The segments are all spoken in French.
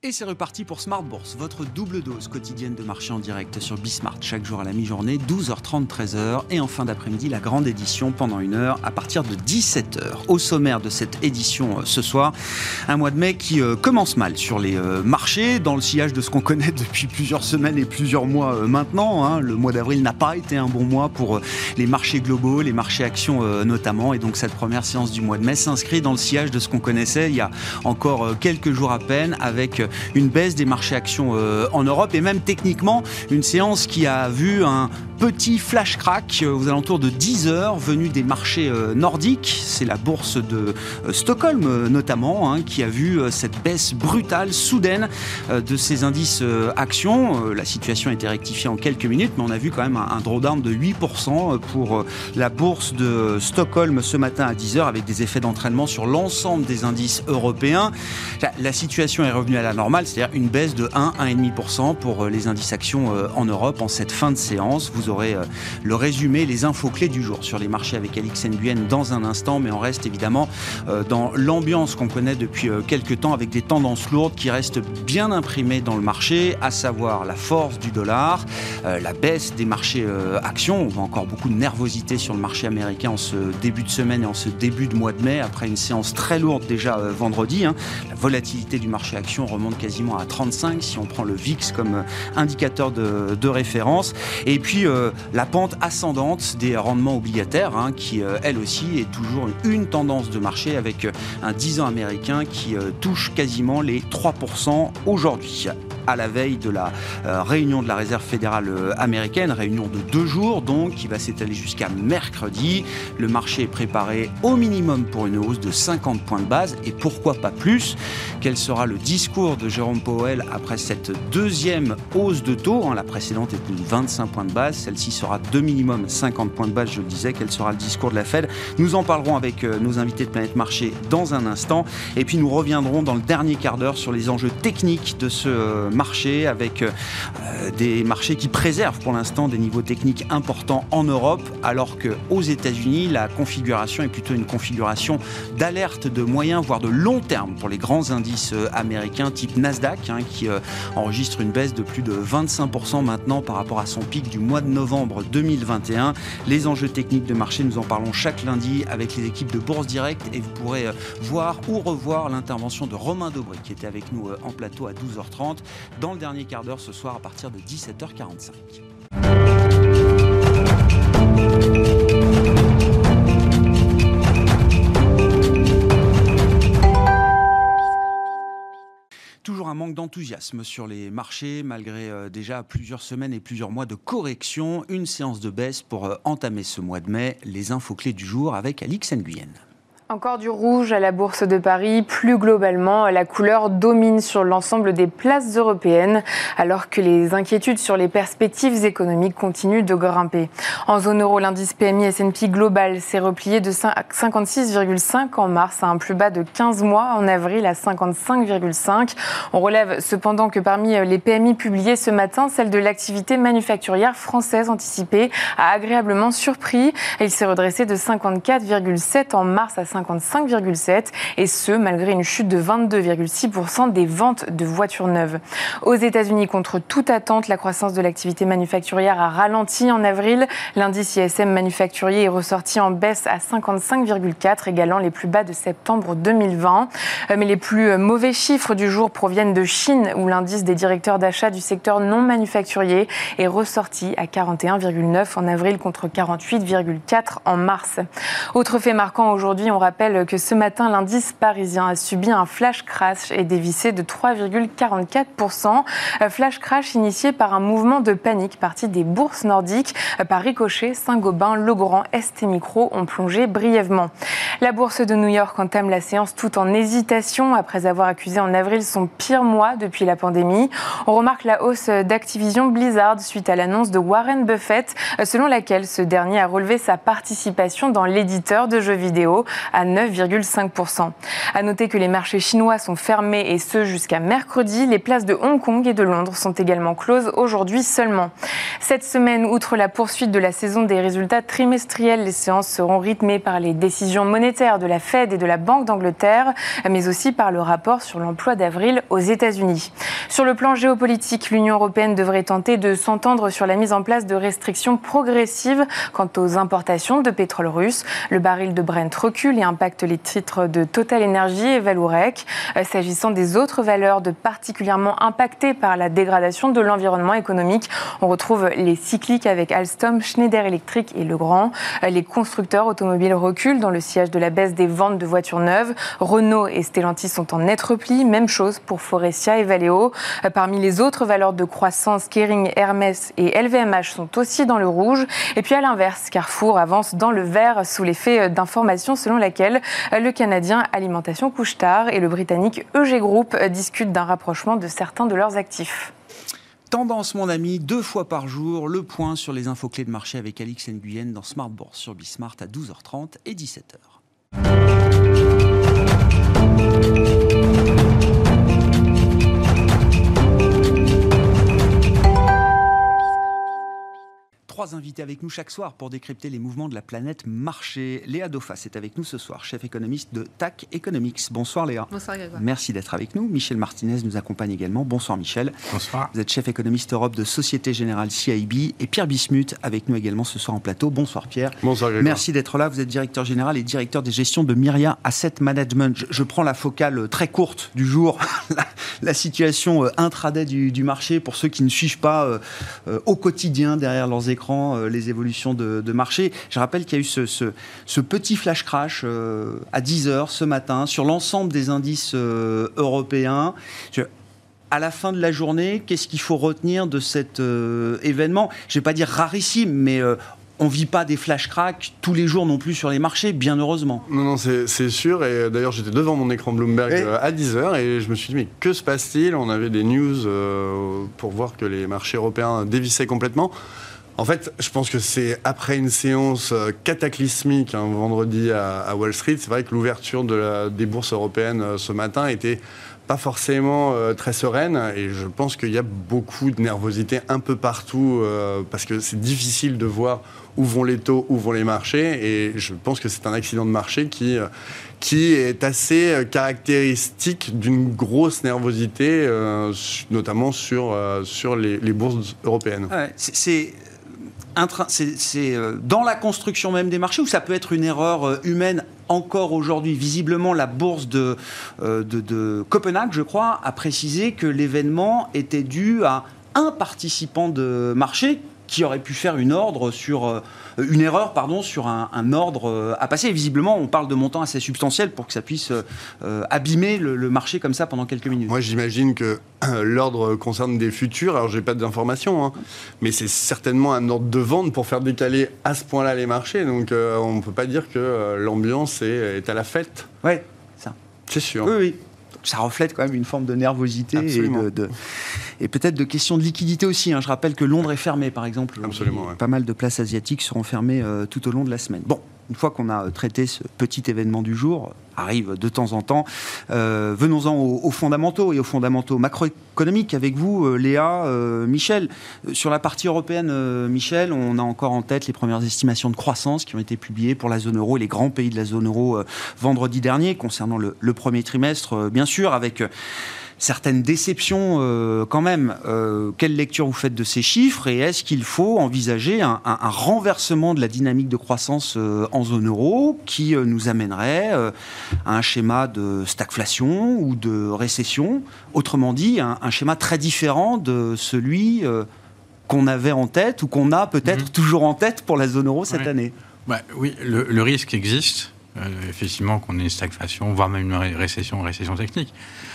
Et c'est reparti pour Smart Bourse, votre double dose quotidienne de marché en direct sur Bismart, chaque jour à la mi-journée, 12h30, 13h, et en fin d'après-midi, la grande édition pendant 1 heure à partir de 17h. Au sommaire de cette édition ce soir, un mois de mai qui commence mal sur les marchés, dans le sillage de ce qu'on connaît depuis plusieurs semaines et plusieurs mois maintenant. Le mois d'avril n'a pas été un bon mois pour les marchés globaux, les marchés actions notamment, et donc cette première séance du mois de mai s'inscrit dans le sillage de ce qu'on connaissait il y a encore quelques jours à peine, avec une baisse des marchés actions en Europe, et même techniquement une séance qui a vu un petit flash crack aux alentours de 10 heures venu des marchés nordiques. C'est la bourse de Stockholm notamment qui a vu cette baisse brutale, soudaine de ces indices actions. La situation a été rectifiée en quelques minutes, mais on a vu quand même un drawdown de 8% pour la bourse de Stockholm ce matin à 10 heures, avec des effets d'entraînement sur l'ensemble des indices européens. La situation est revenue à la normale, c'est-à-dire une baisse de 1,5% pour les indices actions en Europe en cette fin de séance. Vous aurez le résumé, les infos clés du jour sur les marchés avec Alix Nguyen dans un instant, mais on reste évidemment dans l'ambiance qu'on connaît depuis quelques temps, avec des tendances lourdes qui restent bien imprimées dans le marché, à savoir la force du dollar, la baisse des marchés actions. On voit encore beaucoup de nervosité sur le marché américain en ce début de semaine et en ce début de mois de mai, après une séance très lourde déjà vendredi. La volatilité du marché actions remonte quasiment à 35 si on prend le VIX comme indicateur de référence. Et puis la pente ascendante des rendements obligataires qui elle aussi est toujours une tendance de marché, avec un 10 ans américain qui touche quasiment les 3% aujourd'hui. À la veille de la réunion de la Réserve fédérale américaine, réunion de 2 jours donc, qui va s'étaler jusqu'à mercredi. Le marché est préparé au minimum pour une hausse de 50 points de base, et pourquoi pas plus. Quel sera le discours de Jérôme Powell après cette deuxième hausse de taux? La précédente était de 25 points de base, celle-ci sera de minimum 50 points de base, je le disais. Quel sera le discours de la Fed? Nous en parlerons avec nos invités de Planète Marché dans un instant, et puis nous reviendrons dans le dernier quart d'heure sur les enjeux techniques de ce marché, avec des marchés qui préservent pour l'instant des niveaux techniques importants en Europe, alors qu'aux États-Unis, la configuration est plutôt une configuration d'alerte de moyen, voire de long terme pour les grands indices américains type Nasdaq, qui enregistre une baisse de plus de 25% maintenant par rapport à son pic du mois de novembre 2021. Les enjeux techniques de marché, nous en parlons chaque lundi avec les équipes de Bourse Direct, et vous pourrez voir ou revoir l'intervention de Romain Dobré qui était avec nous en plateau à 12h30 dans le dernier quart d'heure ce soir à partir de 17h45. Toujours un manque d'enthousiasme sur les marchés, malgré déjà plusieurs semaines et plusieurs mois de correction. Une séance de baisse pour entamer ce mois de mai. Les infos clés du jour avec Alix Nguyen. Encore du rouge à la Bourse de Paris. Plus globalement, la couleur domine sur l'ensemble des places européennes, alors que les inquiétudes sur les perspectives économiques continuent de grimper. En zone euro, l'indice PMI S&P Global s'est replié de 56,5 en mars à un plus bas de 15 mois en avril à 55,5. On relève cependant que parmi les PMI publiés ce matin, celle de l'activité manufacturière française anticipée a agréablement surpris. Elle s'est redressée de 54,7 en mars à 55,7, et ce, malgré une chute de 22,6% des ventes de voitures neuves. Aux États-Unis, contre toute attente, la croissance de l'activité manufacturière a ralenti en avril. L'indice ISM manufacturier est ressorti en baisse à 55,4, égalant les plus bas de septembre 2020. Mais les plus mauvais chiffres du jour proviennent de Chine, où l'indice des directeurs d'achat du secteur non manufacturier est ressorti à 41,9 en avril contre 48,4 en mars. Autre fait marquant aujourd'hui, on rappelle que ce matin, l'indice parisien a subi un flash crash et dévissé de 3,44%. Flash crash initié par un mouvement de panique parti des bourses nordiques. Par ricochet, Saint-Gobain, Legrand, ST Micro ont plongé brièvement. La bourse de New York entame la séance tout en hésitation après avoir accusé en avril son pire mois depuis la pandémie. On remarque la hausse d'Activision Blizzard suite à l'annonce de Warren Buffett, selon laquelle ce dernier a relevé sa participation dans l'éditeur de jeux vidéo à à 9,5%. À noter que les marchés chinois sont fermés et ce jusqu'à mercredi. Les places de Hong Kong et de Londres sont également closes aujourd'hui seulement. Cette semaine, outre la poursuite de la saison des résultats trimestriels, les séances seront rythmées par les décisions monétaires de la Fed et de la Banque d'Angleterre, mais aussi par le rapport sur l'emploi d'avril aux États-Unis. Sur le plan géopolitique, l'Union européenne devrait tenter de s'entendre sur la mise en place de restrictions progressives quant aux importations de pétrole russe. Le baril de Brent recule et impacte les titres de Total Energy et Vallourec. S'agissant des autres valeurs particulièrement impactées par la dégradation de l'environnement économique, on retrouve les cycliques avec Alstom, Schneider Electric et Legrand. Les constructeurs automobiles reculent dans le sillage de la baisse des ventes de voitures neuves. Renault et Stellantis sont en net repli. Même chose pour Faurecia et Valeo. Parmi les autres valeurs de croissance, Kering, Hermès et LVMH sont aussi dans le rouge. Et puis à l'inverse, Carrefour avance dans le vert sous l'effet d'informations selon laquelle le Canadien Alimentation Couche-Tard et le Britannique EG Group discutent d'un rapprochement de certains de leurs actifs. Tendance, mon ami, 2 fois par jour, le point sur les infos clés de marché avec Alix Nguyen dans Smart Bourse sur Bismart à 12h30 et 17h. Trois invités avec nous chaque soir pour décrypter les mouvements de la planète marché. Léa Dauphas est avec nous ce soir, chef économiste de TAC Economics. Bonsoir Léa. Bonsoir Grégoire. Merci d'être avec nous. Michel Martinez nous accompagne également. Bonsoir Michel. Bonsoir. Vous êtes chef économiste Europe de Société Générale CIB. Et Pierre Bismuth avec nous également ce soir en plateau. Bonsoir Pierre. Bonsoir Grégoire. Merci d'être là. Vous êtes directeur général et directeur des gestions de Myria Asset Management. Je prends la focale très courte du jour. La situation intraday du marché pour ceux qui ne suivent pas au quotidien derrière leurs écrans les évolutions de marché. Je rappelle qu'il y a eu ce petit flash crash à 10h ce matin sur l'ensemble des indices européens. À la fin de la journée, qu'est-ce qu'il faut retenir de cet événement ? Je ne vais pas dire rarissime, mais on ne vit pas des flash cracks tous les jours non plus sur les marchés, bien heureusement. Non, c'est sûr. Et d'ailleurs, j'étais devant mon écran Bloomberg à 10h et je me suis dit, mais que se passe-t-il ? On avait des news pour voir que les marchés européens dévissaient complètement. En fait, je pense que c'est après une séance cataclysmique vendredi à Wall Street. C'est vrai que l'ouverture des bourses européennes ce matin était pas forcément très sereine et je pense qu'il y a beaucoup de nervosité un peu partout parce que c'est difficile de voir où vont les taux, où vont les marchés et je pense que c'est un accident de marché qui est assez caractéristique d'une grosse nervosité, notamment sur les bourses européennes. Ouais, c'est dans la construction même des marchés ou ça peut être une erreur humaine encore aujourd'hui. Visiblement, la bourse de Copenhague, je crois, a précisé que l'événement était dû à un participant de marché qui aurait pu faire une erreur sur un ordre à passer. Et visiblement, on parle de montants assez substantiels pour que ça puisse abîmer le marché comme ça pendant quelques minutes. Moi, j'imagine que l'ordre concerne des futurs. Alors, j'ai pas d'informations, mais c'est certainement un ordre de vente pour faire décaler à ce point-là les marchés. Donc, on ne peut pas dire que l'ambiance est à la fête. Ouais, ça. C'est sûr. Oui. Ça reflète quand même une forme de nervosité et peut-être de questions de liquidité aussi. Je rappelle que Londres est fermé, par exemple. Absolument, ouais. Pas mal de places asiatiques seront fermées tout au long de la semaine. Bon, une fois qu'on a traité ce petit événement du jour, arrive de temps en temps, venons-en aux fondamentaux et aux fondamentaux macroéconomiques avec vous, Léa, Michel. Sur la partie européenne, Michel, on a encore en tête les premières estimations de croissance qui ont été publiées pour la zone euro et les grands pays de la zone euro vendredi dernier, concernant le premier trimestre, bien sûr, avec certaines déceptions quand même. Quelle lecture vous faites de ces chiffres et est-ce qu'il faut envisager un renversement de la dynamique de croissance en zone euro qui nous amènerait à un schéma de stagflation ou de récession, autrement dit un schéma très différent de celui qu'on avait en tête ou qu'on a peut-être toujours en tête pour la zone euro cette année? Oui, le risque existe, effectivement, qu'on ait une stagflation, voire même une récession technique.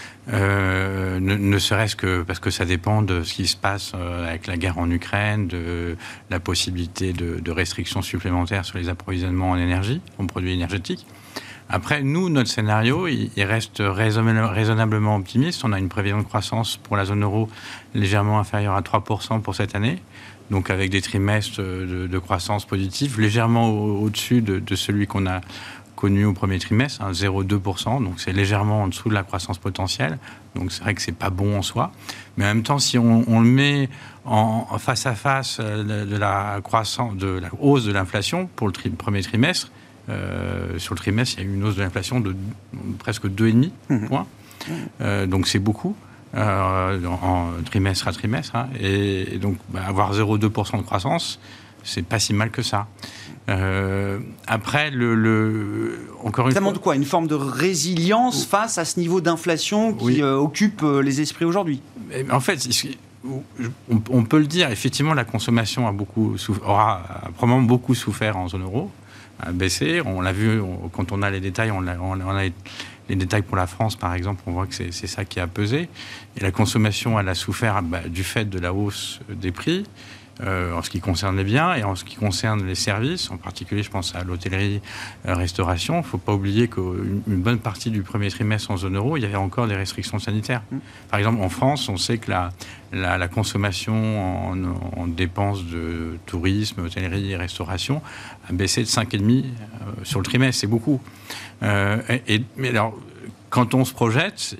Ne serait-ce que parce que ça dépend de ce qui se passe avec la guerre en Ukraine, de la possibilité de restrictions supplémentaires sur les approvisionnements en énergie, en produits énergétiques. Après, nous, notre scénario, il reste raisonnablement optimiste. On a une prévision de croissance pour la zone euro légèrement inférieure à 3% pour cette année, donc avec des trimestres de croissance positive légèrement au-dessus de celui qu'on connu au premier trimestre, 0,2%, donc c'est légèrement en dessous de la croissance potentielle. Donc c'est vrai que c'est pas bon en soi. Mais en même temps, si on le met en face à face de la hausse de l'inflation pour le premier trimestre, sur le trimestre, il y a eu une hausse de l'inflation de presque 2,5 points. Donc c'est beaucoup. En trimestre à trimestre. Et donc, avoir 0,2% de croissance, c'est pas si mal que ça. Après, encore une fois... Ça montre quoi ? Une forme de résilience face à ce niveau d'inflation qui occupe les esprits aujourd'hui ? En fait, on peut le dire, effectivement, la consommation aura probablement beaucoup souffert en zone euro, a baissé. On l'a vu, quand on a les détails, on a les détails pour la France, par exemple, on voit que c'est ça qui a pesé. Et la consommation, elle a souffert du fait de la hausse des prix, en ce qui concerne les biens et en ce qui concerne les services. En particulier, je pense à l'hôtellerie, restauration. Il ne faut pas oublier qu'une bonne partie du premier trimestre en zone euro, il y avait encore des restrictions sanitaires. Par exemple, en France, on sait que la consommation en dépenses de tourisme, hôtellerie et restauration a baissé de 5,5 sur le trimestre. C'est beaucoup. Mais alors, quand on se projette,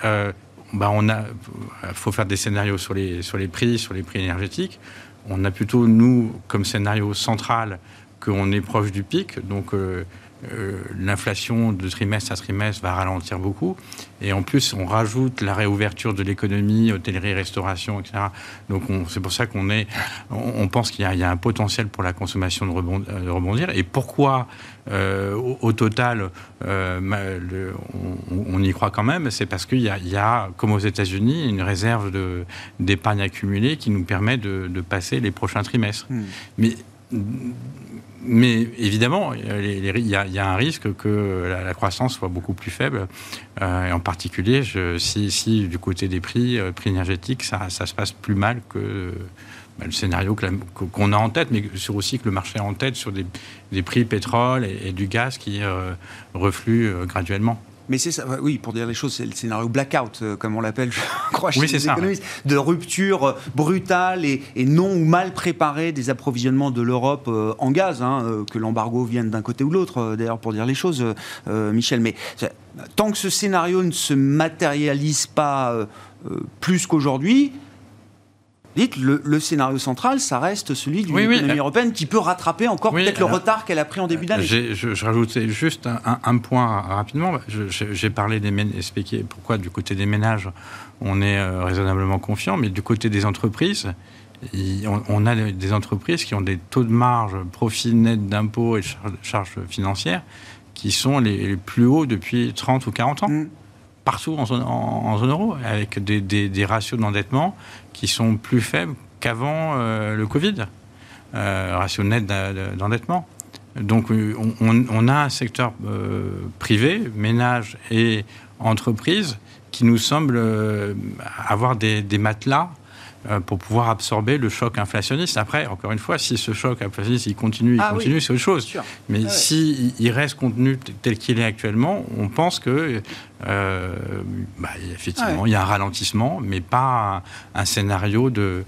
faut faire des scénarios sur les prix énergétiques. On a plutôt, nous, comme scénario central, qu'on est proche du pic. Donc, l'inflation de trimestre à trimestre va ralentir beaucoup. Et en plus, on rajoute la réouverture de l'économie, hôtellerie, restauration, etc. Donc, c'est pour ça on pense qu'il y a un potentiel pour la consommation de rebondir. Et pourquoi, au total, on y croit quand même ? C'est parce qu'il y a, comme aux États-Unis, une réserve d'épargne accumulée qui nous permet de passer les prochains trimestres. Mais évidemment, il y a un risque que la croissance soit beaucoup plus faible. Et en particulier, si du côté des prix énergétiques, ça se passe plus mal que le scénario qu'on a en tête, mais aussi que le marché a en tête sur des prix pétrole et du gaz qui refluent graduellement. Mais c'est ça, oui, pour dire les choses, c'est le scénario blackout, comme on l'appelle, je crois, chez les économistes, de rupture brutale et non ou mal préparée des approvisionnements de l'Europe en gaz, que l'embargo vienne d'un côté ou de l'autre, d'ailleurs, pour dire les choses, Michel. Mais tant que ce scénario ne se matérialise pas plus qu'aujourd'hui, dites, le scénario central, ça reste celui d'une économie européenne qui peut rattraper encore peut-être le retard qu'elle a pris en début d'année. Je rajoutais juste un point rapidement. J'ai parlé expliqué pourquoi du côté des ménages, on est raisonnablement confiant, mais du côté des entreprises, on a des entreprises qui ont des taux de marge, profit net d'impôts et de charges financières qui sont les plus hauts depuis 30 ou 40 ans. Partout en zone euro, avec des ratios d'endettement qui sont plus faibles qu'avant le Covid, ratio net d'endettement. Donc on a un secteur privé, ménages et entreprises, qui nous semble avoir des matelas pour pouvoir absorber le choc inflationniste. Après, encore une fois, si ce choc inflationniste il continue, c'est autre chose. Mais s'il reste contenu tel qu'il est actuellement, on pense que effectivement, il y a un ralentissement, mais pas un scénario de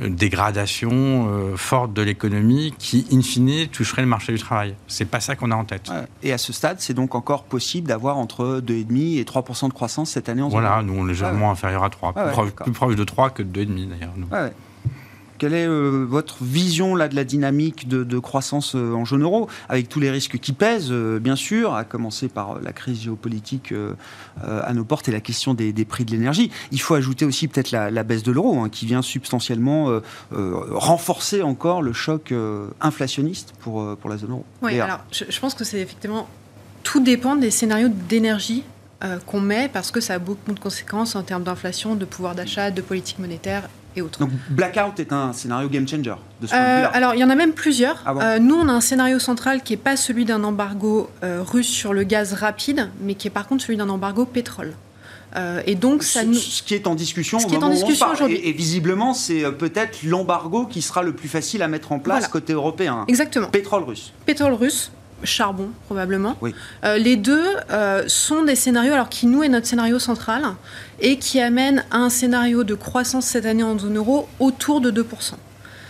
dégradation forte de l'économie qui, in fine, toucherait le marché du travail. C'est pas ça qu'on a en tête. Et à ce stade, c'est donc encore possible d'avoir entre 2,5 et 3% de croissance cette année en zone euro. Voilà, nous, on est légèrement inférieur à 3. Plus proche de 3 que de 2,5 d'ailleurs. Quelle est votre vision là, de la dynamique de croissance en zone euro, avec tous les risques qui pèsent, bien sûr, à commencer par la crise géopolitique à nos portes et la question des prix de l'énergie. Il faut ajouter aussi peut-être la baisse de l'euro, qui vient substantiellement renforcer encore le choc inflationniste pour la zone euro. Oui, alors je pense que c'est effectivement... Tout dépend des scénarios d'énergie qu'on met, parce que ça a beaucoup de conséquences en termes d'inflation, de pouvoir d'achat, de politique monétaire et autres. Donc blackout est un scénario game changer de ce point de vue-là. Alors il y en a même plusieurs. Ah bon nous on a un scénario central qui n'est pas celui d'un embargo russe sur le gaz rapide, mais qui est par contre celui d'un embargo pétrole. Et donc ça ce qui est en discussion aujourd'hui. Et visiblement c'est peut-être l'embargo qui sera le plus facile à mettre en place côté européen. Exactement. Pétrole russe. Pétrole russe. Charbon, probablement. Oui. Les deux sont des scénarios qui, nous, est notre scénario central et qui amènent à un scénario de croissance cette année en zone euro autour de 2%.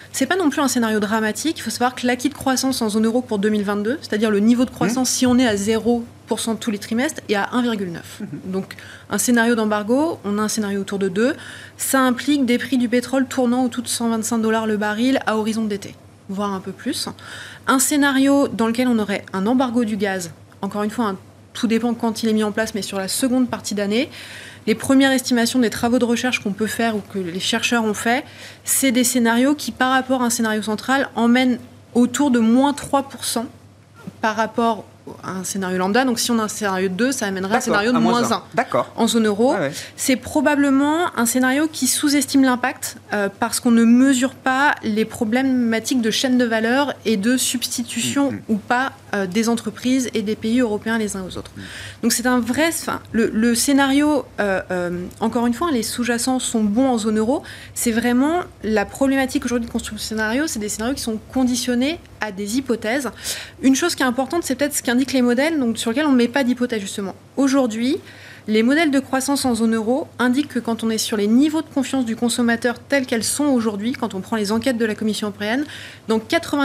C'est pas non plus un scénario dramatique. Il faut savoir que l'acquis de croissance en zone euro pour 2022, c'est-à-dire le niveau de croissance, si on est à 0% de tous les trimestres, est à 1,9. Donc, un scénario d'embargo, on a un scénario autour de 2. Ça implique des prix du pétrole tournant autour de $125 le baril à horizon d'été, voire un peu plus. Un scénario dans lequel on aurait un embargo du gaz, encore une fois, tout dépend quand il est mis en place, mais sur la seconde partie d'année. Les premières estimations des travaux de recherche qu'on peut faire ou que les chercheurs ont fait, c'est des scénarios qui, par rapport à un scénario central, emmènent autour de moins 3% par rapport à un scénario lambda. Donc si on a un scénario de 2, ça amènerait un scénario de moins 1 en zone euro. Ouais. C'est probablement un scénario qui sous-estime l'impact parce qu'on ne mesure pas les problématiques de chaîne de valeur et de substitution ou pas des entreprises et des pays européens les uns aux autres. Donc c'est un vrai... Le scénario, encore une fois, les sous-jacents sont bons en zone euro. C'est vraiment la problématique aujourd'hui de construire ce scénario, c'est des scénarios qui sont conditionnés à des hypothèses. Une chose qui est importante, c'est peut-être ce qu'indiquent les modèles, donc sur lesquels on ne met pas d'hypothèse justement. Aujourd'hui, les modèles de croissance en zone euro indiquent que quand on est sur les niveaux de confiance du consommateur tels qu'elles sont aujourd'hui, quand on prend les enquêtes de la Commission européenne, dans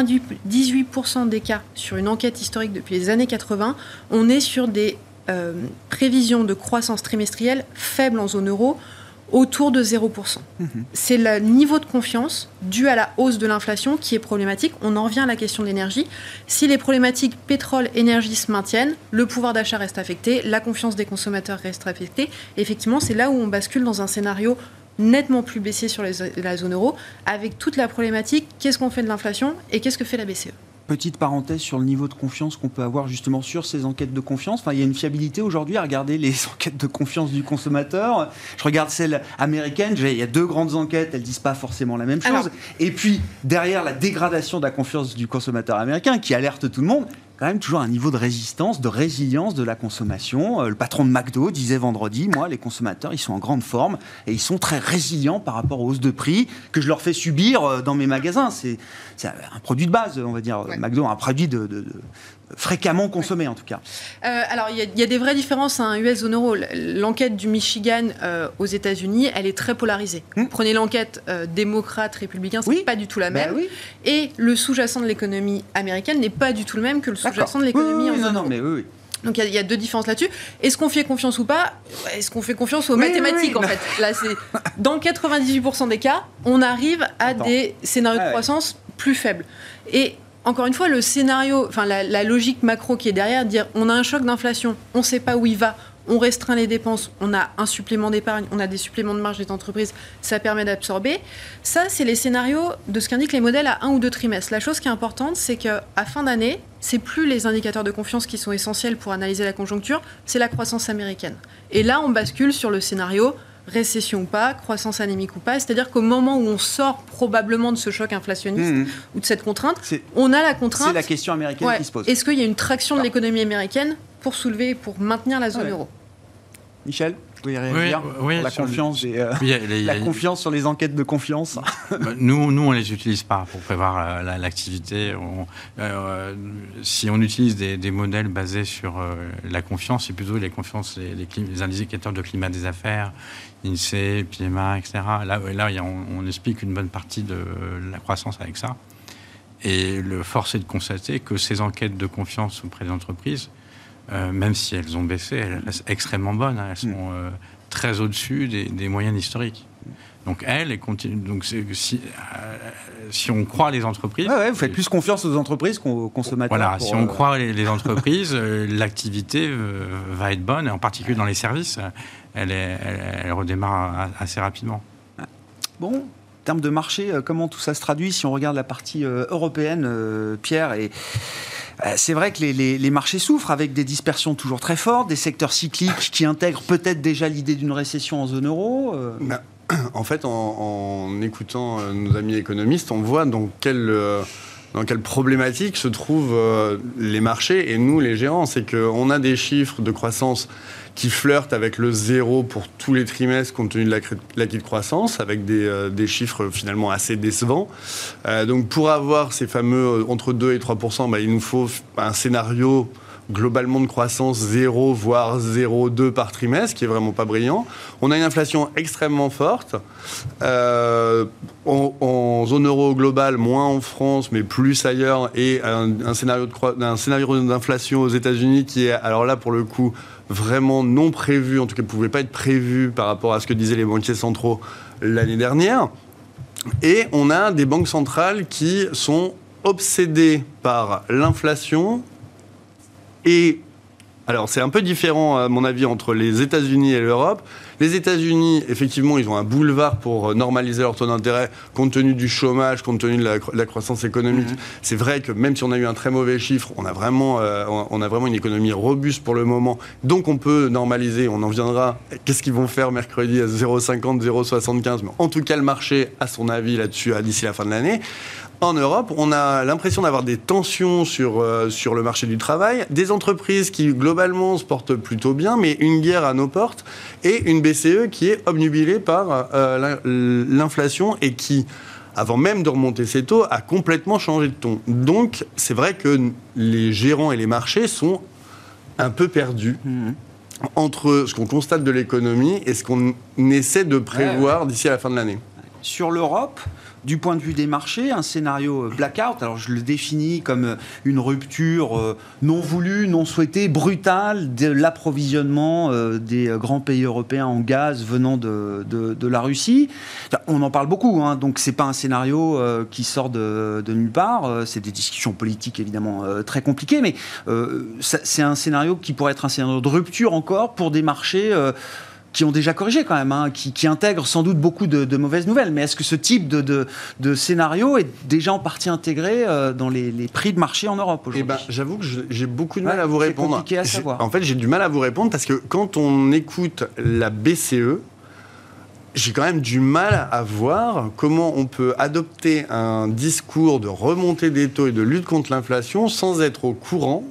98% des cas sur une enquête historique depuis les années 80, on est sur des prévisions de croissance trimestrielle faibles en zone euro, autour de 0%. C'est le niveau de confiance dû à la hausse de l'inflation qui est problématique. On en revient à la question de l'énergie. Si les problématiques pétrole-énergie se maintiennent, le pouvoir d'achat reste affecté, la confiance des consommateurs reste affectée. Et effectivement, c'est là où on bascule dans un scénario nettement plus baissier sur la zone euro, avec toute la problématique, qu'est-ce qu'on fait de l'inflation et qu'est-ce que fait la BCE ? Petite parenthèse sur le niveau de confiance qu'on peut avoir justement sur ces enquêtes de confiance. Enfin, il y a une fiabilité aujourd'hui à regarder les enquêtes de confiance du consommateur. Je regarde celle américaine, il y a 2 grandes enquêtes, elles ne disent pas forcément la même chose. Alors, et puis, derrière la dégradation de la confiance du consommateur américain qui alerte tout le monde, quand même toujours un niveau de résistance, de résilience de la consommation. Le patron de McDo disait vendredi, moi, les consommateurs, ils sont en grande forme et ils sont très résilients par rapport aux hausses de prix que je leur fais subir dans mes magasins. C'est un produit de base, on va dire. Ouais. McDo, un produit de fréquemment consommé, en tout cas. Alors, il y a des vraies différences, US zone euro. L'enquête du Michigan aux États-Unis, elle est très polarisée. Prenez l'enquête démocrate-républicain, c'est pas du tout la même. Oui. Et le sous-jacent de l'économie américaine n'est pas du tout le même que le sous-jacent de l'économie en zone euro. Oui. Donc il y a 2 différences là-dessus. Est-ce qu'on fait confiance ou pas ? Est-ce qu'on fait confiance aux mathématiques en fait ? Là, c'est dans 98% des cas, on arrive à des scénarios de croissance plus faibles. Et encore une fois, le scénario, la logique macro qui est derrière, dire on a un choc d'inflation, on ne sait pas où il va, on restreint les dépenses, on a un supplément d'épargne, on a des suppléments de marge des entreprises, ça permet d'absorber. Ça, c'est les scénarios de ce qu'indiquent les modèles à 1 ou 2 trimestres. La chose qui est importante, c'est qu'à fin d'année, c'est plus les indicateurs de confiance qui sont essentiels pour analyser la conjoncture, c'est la croissance américaine. Et là, on bascule sur le scénario récession ou pas, croissance anémique ou pas, c'est-à-dire qu'au moment où on sort probablement de ce choc inflationniste ou de cette contrainte, on a la contrainte... C'est la question américaine qui se pose. Est-ce qu'il y a une traction de l'économie américaine pour soulever, pour maintenir la zone euro ? Michel, vous pouvez réagir pour la confiance la confiance sur les enquêtes de confiance. Nous, on ne les utilise pas pour prévoir l'activité. Si on utilise des modèles basés sur la confiance, c'est plutôt les indicateurs de climat des affaires, INSEE, PMA, etc. Là, on explique une bonne partie de la croissance avec ça. Et force est de constater que ces enquêtes de confiance auprès des entreprises, même si elles ont baissé, elles restent extrêmement bonnes. Elles sont très au-dessus des moyennes historiques. Donc elles continuent. Donc si on croit les entreprises, vous faites plus confiance aux entreprises qu'aux consommateurs. Voilà, si on croit les entreprises, l'activité va être bonne, et en particulier dans les services, elle redémarre assez rapidement. Bon. En termes de marché, comment tout ça se traduit si on regarde la partie européenne, Pierre c'est vrai que les marchés souffrent avec des dispersions toujours très fortes, des secteurs cycliques qui intègrent peut-être déjà l'idée d'une récession en zone euro. En fait, en écoutant nos amis économistes, on voit dans quelle problématique se trouvent les marchés et nous, les gérants. C'est qu'on a des chiffres de croissance qui flirtent avec le 0 pour tous les trimestres compte tenu de l'acquis de croissance, avec des chiffres finalement assez décevants. Donc pour avoir ces fameux entre 2 et 3%, il nous faut un scénario globalement de croissance 0, voire 0,2 par trimestre, qui est vraiment pas brillant. On a une inflation extrêmement forte. En zone euro globale, moins en France, mais plus ailleurs, et un scénario d'inflation aux États-Unis qui est, alors là, pour le coup, vraiment non prévu, en tout cas, ne pouvait pas être prévu par rapport à ce que disaient les banquiers centraux l'année dernière. Et on a des banques centrales qui sont obsédées par l'inflation. Et alors, c'est un peu différent, à mon avis, entre les États-Unis et l'Europe. Les États-Unis, effectivement, ils ont un boulevard pour normaliser leur taux d'intérêt, compte tenu du chômage, compte tenu de la croissance économique. C'est vrai que même si on a eu un très mauvais chiffre, on a vraiment une économie robuste pour le moment. Donc, on peut normaliser. On en viendra. Qu'est-ce qu'ils vont faire mercredi à 0,50, 0,75 ? Mais en tout cas, le marché a son avis là-dessus d'ici la fin de l'année. En Europe, on a l'impression d'avoir des tensions sur le marché du travail, des entreprises qui, globalement, se portent plutôt bien, mais une guerre à nos portes, et une BCE qui est obnubilée par l'inflation et qui, avant même de remonter ses taux, a complètement changé de ton. Donc, c'est vrai que les gérants et les marchés sont un peu perdus entre ce qu'on constate de l'économie et ce qu'on essaie de prévoir d'ici à la fin de l'année. Sur l'Europe, du point de vue des marchés, un scénario blackout, alors je le définis comme une rupture non voulue, non souhaitée, brutale de l'approvisionnement des grands pays européens en gaz venant de la Russie. Enfin, on en parle beaucoup, donc c'est pas un scénario qui sort de nulle part. C'est des discussions politiques évidemment très compliquées, mais c'est un scénario qui pourrait être un scénario de rupture encore pour des marchés qui ont déjà corrigé quand même, qui intègrent sans doute beaucoup de mauvaises nouvelles. Mais est-ce que ce type de scénario est déjà en partie intégré dans les prix de marché en Europe aujourd'hui ? J'avoue que j'ai beaucoup de mal à vous répondre. C'est compliqué à savoir. En fait, j'ai du mal à vous répondre parce que quand on écoute la BCE, j'ai quand même du mal à voir comment on peut adopter un discours de remontée des taux et de lutte contre l'inflation sans être au courant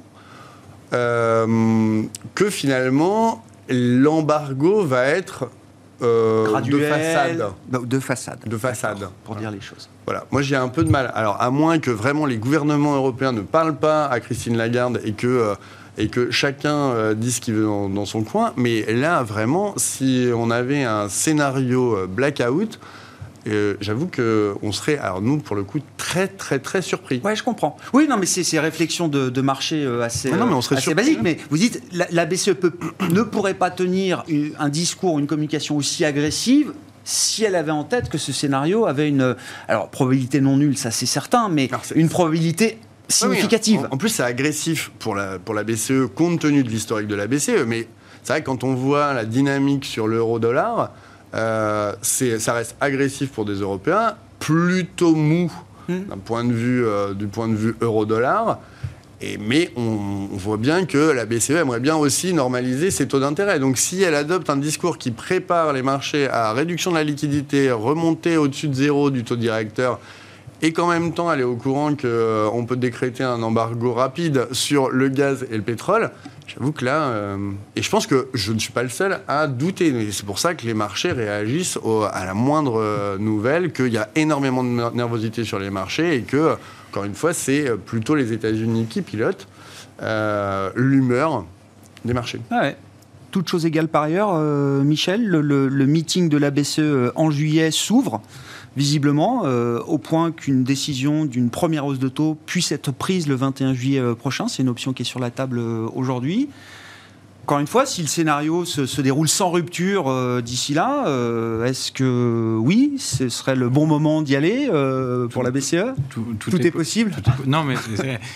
que finalement l'embargo va être graduel, de façade. Pour dire les choses. Voilà. Moi, j'ai un peu de mal. Alors, à moins que vraiment les gouvernements européens ne parlent pas à Christine Lagarde et que chacun dise ce qu'il veut dans son coin. Mais là, vraiment, si on avait un scénario blackout, j'avoue qu'on serait, alors nous, pour le coup, très, très, très surpris. Ouais, je comprends. Oui, non, mais c'est ces réflexions de marché assez basiques. Mais vous dites, la BCE ne pourrait pas tenir un discours, une communication aussi agressive si elle avait en tête que ce scénario avait une... Alors, probabilité non nulle, ça c'est certain, mais une probabilité significative. Oui, en plus, c'est agressif pour la BCE, compte tenu de l'historique de la BCE. Mais c'est vrai que quand on voit la dynamique sur l'euro-dollar... ça reste agressif pour des Européens, plutôt mou du point de vue euro-dollar. Mais on voit bien que la BCE aimerait bien aussi normaliser ses taux d'intérêt. Donc si elle adopte un discours qui prépare les marchés à réduction de la liquidité, remontée au-dessus de zéro du taux directeur, et qu'en même temps elle est au courant qu'on peut décréter un embargo rapide sur le gaz et le pétrole, j'avoue que là... et je pense que je ne suis pas le seul à douter. Et c'est pour ça que les marchés réagissent à la moindre nouvelle, qu'il y a énormément de nervosité sur les marchés et que, encore une fois, c'est plutôt les États-Unis qui pilotent l'humeur des marchés. Ah ouais. Toute chose égale par ailleurs, Michel, le meeting de la BCE en juillet s'ouvre visiblement, au point qu'une décision d'une première hausse de taux puisse être prise le 21 juillet prochain. C'est une option qui est sur la table aujourd'hui. Encore une fois, si le scénario se déroule sans rupture d'ici là, est-ce que oui, ce serait le bon moment d'y aller pour la BCE ? Tout est possible. Non, mais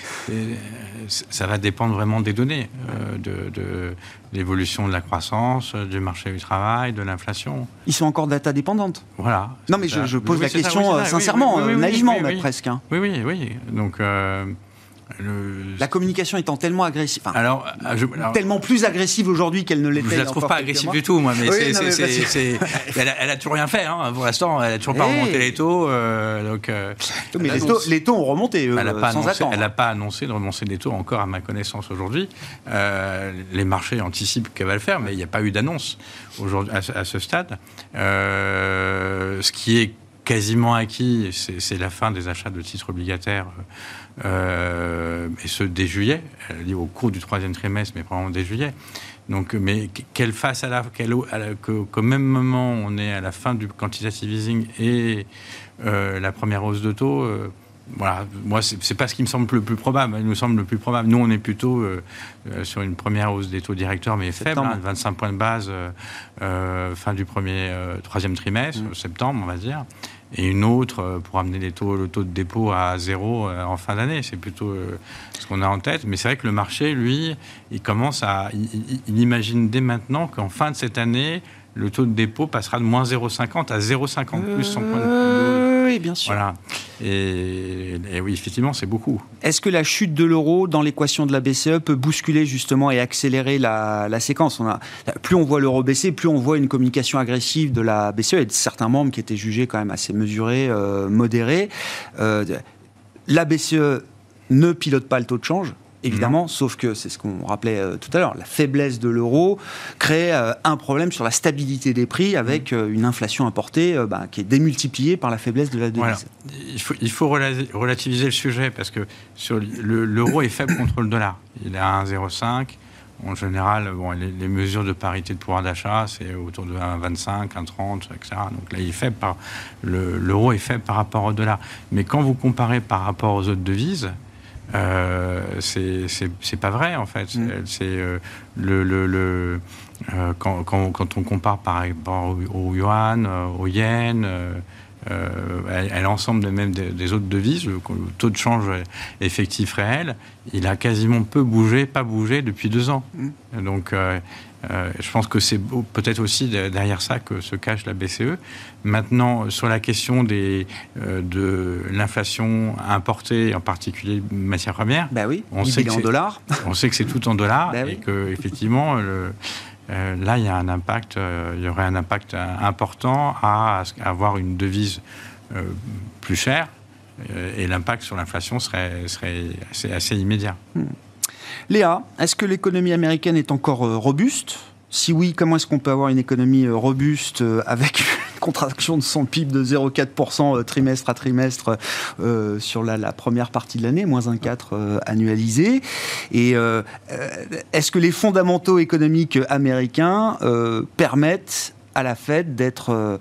ça va dépendre vraiment des données, de l'évolution de la croissance, du marché du travail, de l'inflation. Ils sont encore data dépendantes. Voilà. Non, mais je pose la question sincèrement, naïvement, presque. Oui. Donc... La communication étant tellement agressive, tellement plus agressive aujourd'hui qu'elle ne l'était. Je la trouve pas agressive du tout, moi, mais elle a toujours rien fait. Pour l'instant, elle a toujours pas remonté les taux. Mais les taux ont remonté sans attendre. Elle n'a pas annoncé de remonter les taux encore, à ma connaissance aujourd'hui. Les marchés anticipent qu'elle va le faire, mais il n'y a pas eu d'annonce aujourd'hui à ce stade. Ce qui est quasiment acquis, c'est la fin des achats de titres obligataires, et ceux dès juillet, au cours du 3e trimestre, mais probablement dès juillet. Donc, mais qu'au même moment, on est à la fin du quantitative easing et la première hausse de taux, voilà, moi, c'est pas ce qui me semble le plus probable. Il nous semble le plus probable. Nous, on est plutôt sur une première hausse des taux directeurs, mais faible, 25 points de base fin du 3e trimestre, septembre, on va dire, et une autre pour amener le taux de dépôt à 0 en fin d'année. C'est plutôt ce qu'on a en tête. Mais c'est vrai que le marché, lui, il imagine dès maintenant qu'en fin de cette année, le taux de dépôt passera de moins 0,50 à 0,50 plus 100 points de oui, bien sûr. Voilà. Et oui, effectivement, c'est beaucoup. Est-ce que la chute de l'euro dans l'équation de la BCE peut bousculer justement et accélérer la séquence ? Plus on voit l'euro baisser, plus on voit une communication agressive de la BCE et de certains membres qui étaient jugés quand même assez mesurés, modérés. La BCE ne pilote pas le taux de change. Évidemment, sauf que c'est ce qu'on rappelait tout à l'heure, la faiblesse de l'euro crée un problème sur la stabilité des prix avec une inflation importée qui est démultipliée par la faiblesse de la devise. Voilà. Il faut relativiser le sujet parce que l'euro est faible contre le dollar. Il est à 1,05. En général, les mesures de parité de pouvoir d'achat, c'est autour de 1,25, 1,30, etc. Donc là, l'euro est faible par rapport au dollar. Mais quand vous comparez par rapport aux autres devises, c'est pas vrai en fait. Quand on compare par exemple au yuan, au yen, à l'ensemble même des autres devises, le taux de change effectif réel, il a quasiment pas bougé depuis 2 ans. Donc je pense que c'est peut-être aussi derrière ça que se cache la BCE. Maintenant, sur la question de l'inflation importée, en particulier matières premières, on sait que c'est en dollars. On sait que c'est tout en dollars et que effectivement, là, il y a un impact. Il y aurait un impact important à avoir une devise plus chère, et l'impact sur l'inflation serait assez immédiat. Léa, est-ce que l'économie américaine est encore robuste ? Si oui, comment est-ce qu'on peut avoir une économie robuste avec une contraction de son PIB de 0,4% trimestre à trimestre sur la première partie de l'année, moins 1,4 annualisé ? Et est-ce que les fondamentaux économiques américains permettent à la Fed d'être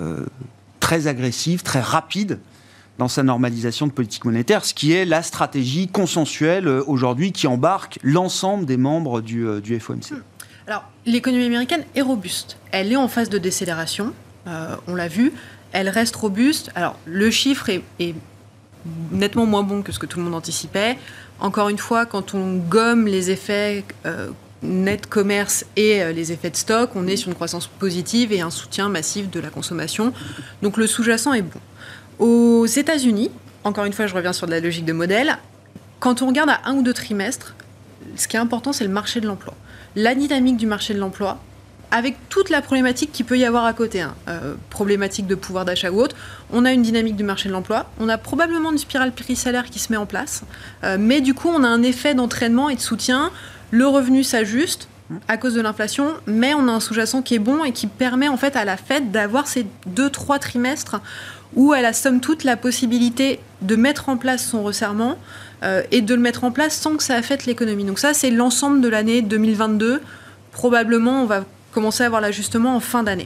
très agressive, très rapide dans sa normalisation de politique monétaire, ce qui est la stratégie consensuelle aujourd'hui qui embarque l'ensemble des membres du FOMC. Alors, l'économie américaine est robuste. Elle est en phase de décélération, on l'a vu. Elle reste robuste. Alors, le chiffre est nettement moins bon que ce que tout le monde anticipait. Encore une fois, quand on gomme les effets net commerce et les effets de stock, on est sur une croissance positive et un soutien massif de la consommation. Donc, le sous-jacent est bon. Aux États-Unis, encore une fois, je reviens sur de la logique de modèle, quand on regarde à 1 ou 2 trimestres, ce qui est important, c'est le marché de l'emploi. La dynamique du marché de l'emploi, avec toute la problématique qu'il peut y avoir à côté, problématique de pouvoir d'achat ou autre, on a une dynamique du marché de l'emploi, on a probablement une spirale prix-salaire qui se met en place, mais du coup, on a un effet d'entraînement et de soutien, le revenu s'ajuste à cause de l'inflation, mais on a un sous-jacent qui est bon et qui permet en fait à la Fed d'avoir ces 2-3 trimestres où elle a somme toute la possibilité de mettre en place son resserrement et de le mettre en place sans que ça affecte l'économie. Donc ça, c'est l'ensemble de l'année 2022. Probablement, on va commencer à avoir l'ajustement en fin d'année.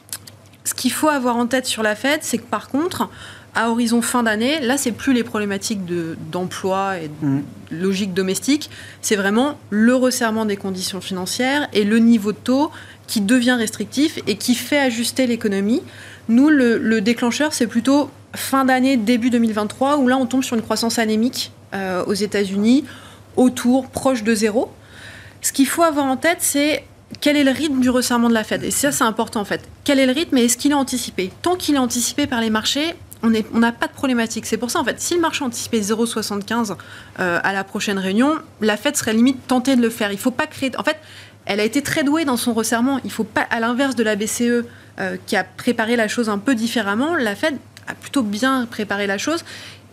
Ce qu'il faut avoir en tête sur la Fed, c'est que par contre, à horizon fin d'année, là, c'est plus les problématiques d'emploi et de logique domestique, c'est vraiment le resserrement des conditions financières et le niveau de taux qui devient restrictif et qui fait ajuster l'économie. Nous, le déclencheur, c'est plutôt fin d'année, début 2023, où là, on tombe sur une croissance anémique aux États-Unis, proche de 0. Ce qu'il faut avoir en tête, c'est quel est le rythme du resserrement de la Fed. Et ça, c'est important, en fait. Quel est le rythme et est-ce qu'il est anticipé ? Tant qu'il est anticipé par les marchés, on n'a pas de problématique. C'est pour ça, en fait, si le marché anticipait 0,75 à la prochaine réunion, la Fed serait limite tentée de le faire. Il ne faut pas créer... En fait, elle a été très douée dans son resserrement. Il ne faut pas, à l'inverse de la BCE, qui a préparé la chose un peu différemment, la Fed a plutôt bien préparé la chose.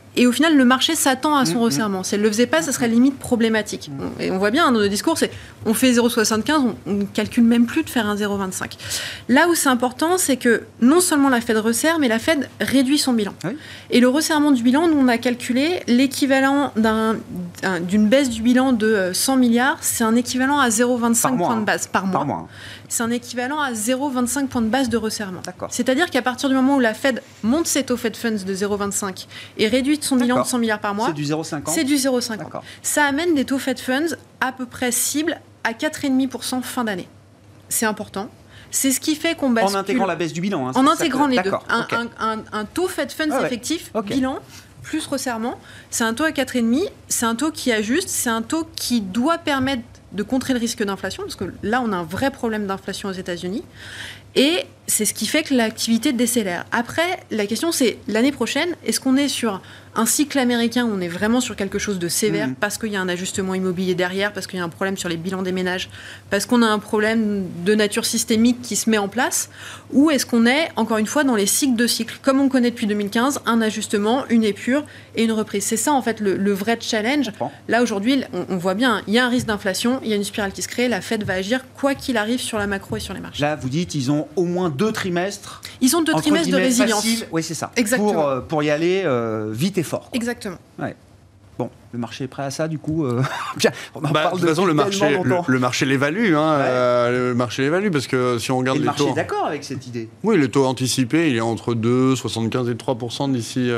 Et au final, le marché s'attend à son resserrement. Si elle ne le faisait pas, ça serait limite problématique. Et on voit bien dans nos discours, on fait 0,75, on ne calcule même plus de faire un 0,25. Là où c'est important, c'est que non seulement la Fed resserre, mais la Fed réduit son bilan. Oui. Et le resserrement du bilan, nous, on a calculé l'équivalent d'une baisse du bilan de 100 milliards, c'est un équivalent à 0,25 points de base par mois. C'est un équivalent à 0,25 points de base de resserrement. C'est-à-dire qu'à partir du moment où la Fed monte ses taux Fed Funds de 0,25 et réduit son bilan de 100 milliards par mois, c'est du 0,50. C'est du 0,50. Ça amène des taux Fed Funds à peu près cible à 4,5% fin d'année. C'est important. C'est ce qui fait qu'on bascule... En intégrant la baisse du bilan. En intégrant les deux. Un taux Fed Funds effectif, bilan, plus resserrement, c'est un taux à 4,5. C'est un taux qui ajuste. C'est un taux qui doit permettre de contrer le risque d'inflation, parce que là, on a un vrai problème d'inflation aux États-Unis. Et c'est ce qui fait que l'activité décélère. Après, la question, c'est l'année prochaine, est-ce qu'on est sur un cycle américain où on est vraiment sur quelque chose de sévère parce qu'il y a un ajustement immobilier derrière, parce qu'il y a un problème sur les bilans des ménages, parce qu'on a un problème de nature systémique qui se met en place, ou est-ce qu'on est, encore une fois, dans les cycles de cycles, comme on connaît depuis 2015, un ajustement, une épure et une reprise. C'est ça, en fait, le vrai challenge. Là, aujourd'hui, on voit bien, il y a un risque d'inflation, il y a une spirale qui se crée, la Fed va agir quoi qu'il arrive sur la macro et sur les marchés. Là, vous dites, ils ont au moins 2 trimestres. Ils ont 2 trimestres de résilience. Oui, c'est ça. Exactement. Pour y aller vite et fort. Exactement. Ouais. Bon, le marché est prêt à ça, du coup. De toute façon, le marché l'évalue. Le marché l'évalue, parce que si on regarde les taux... Le marché est d'accord avec cette idée. Oui, le taux anticipé, il est entre 2,75 et 3% d'ici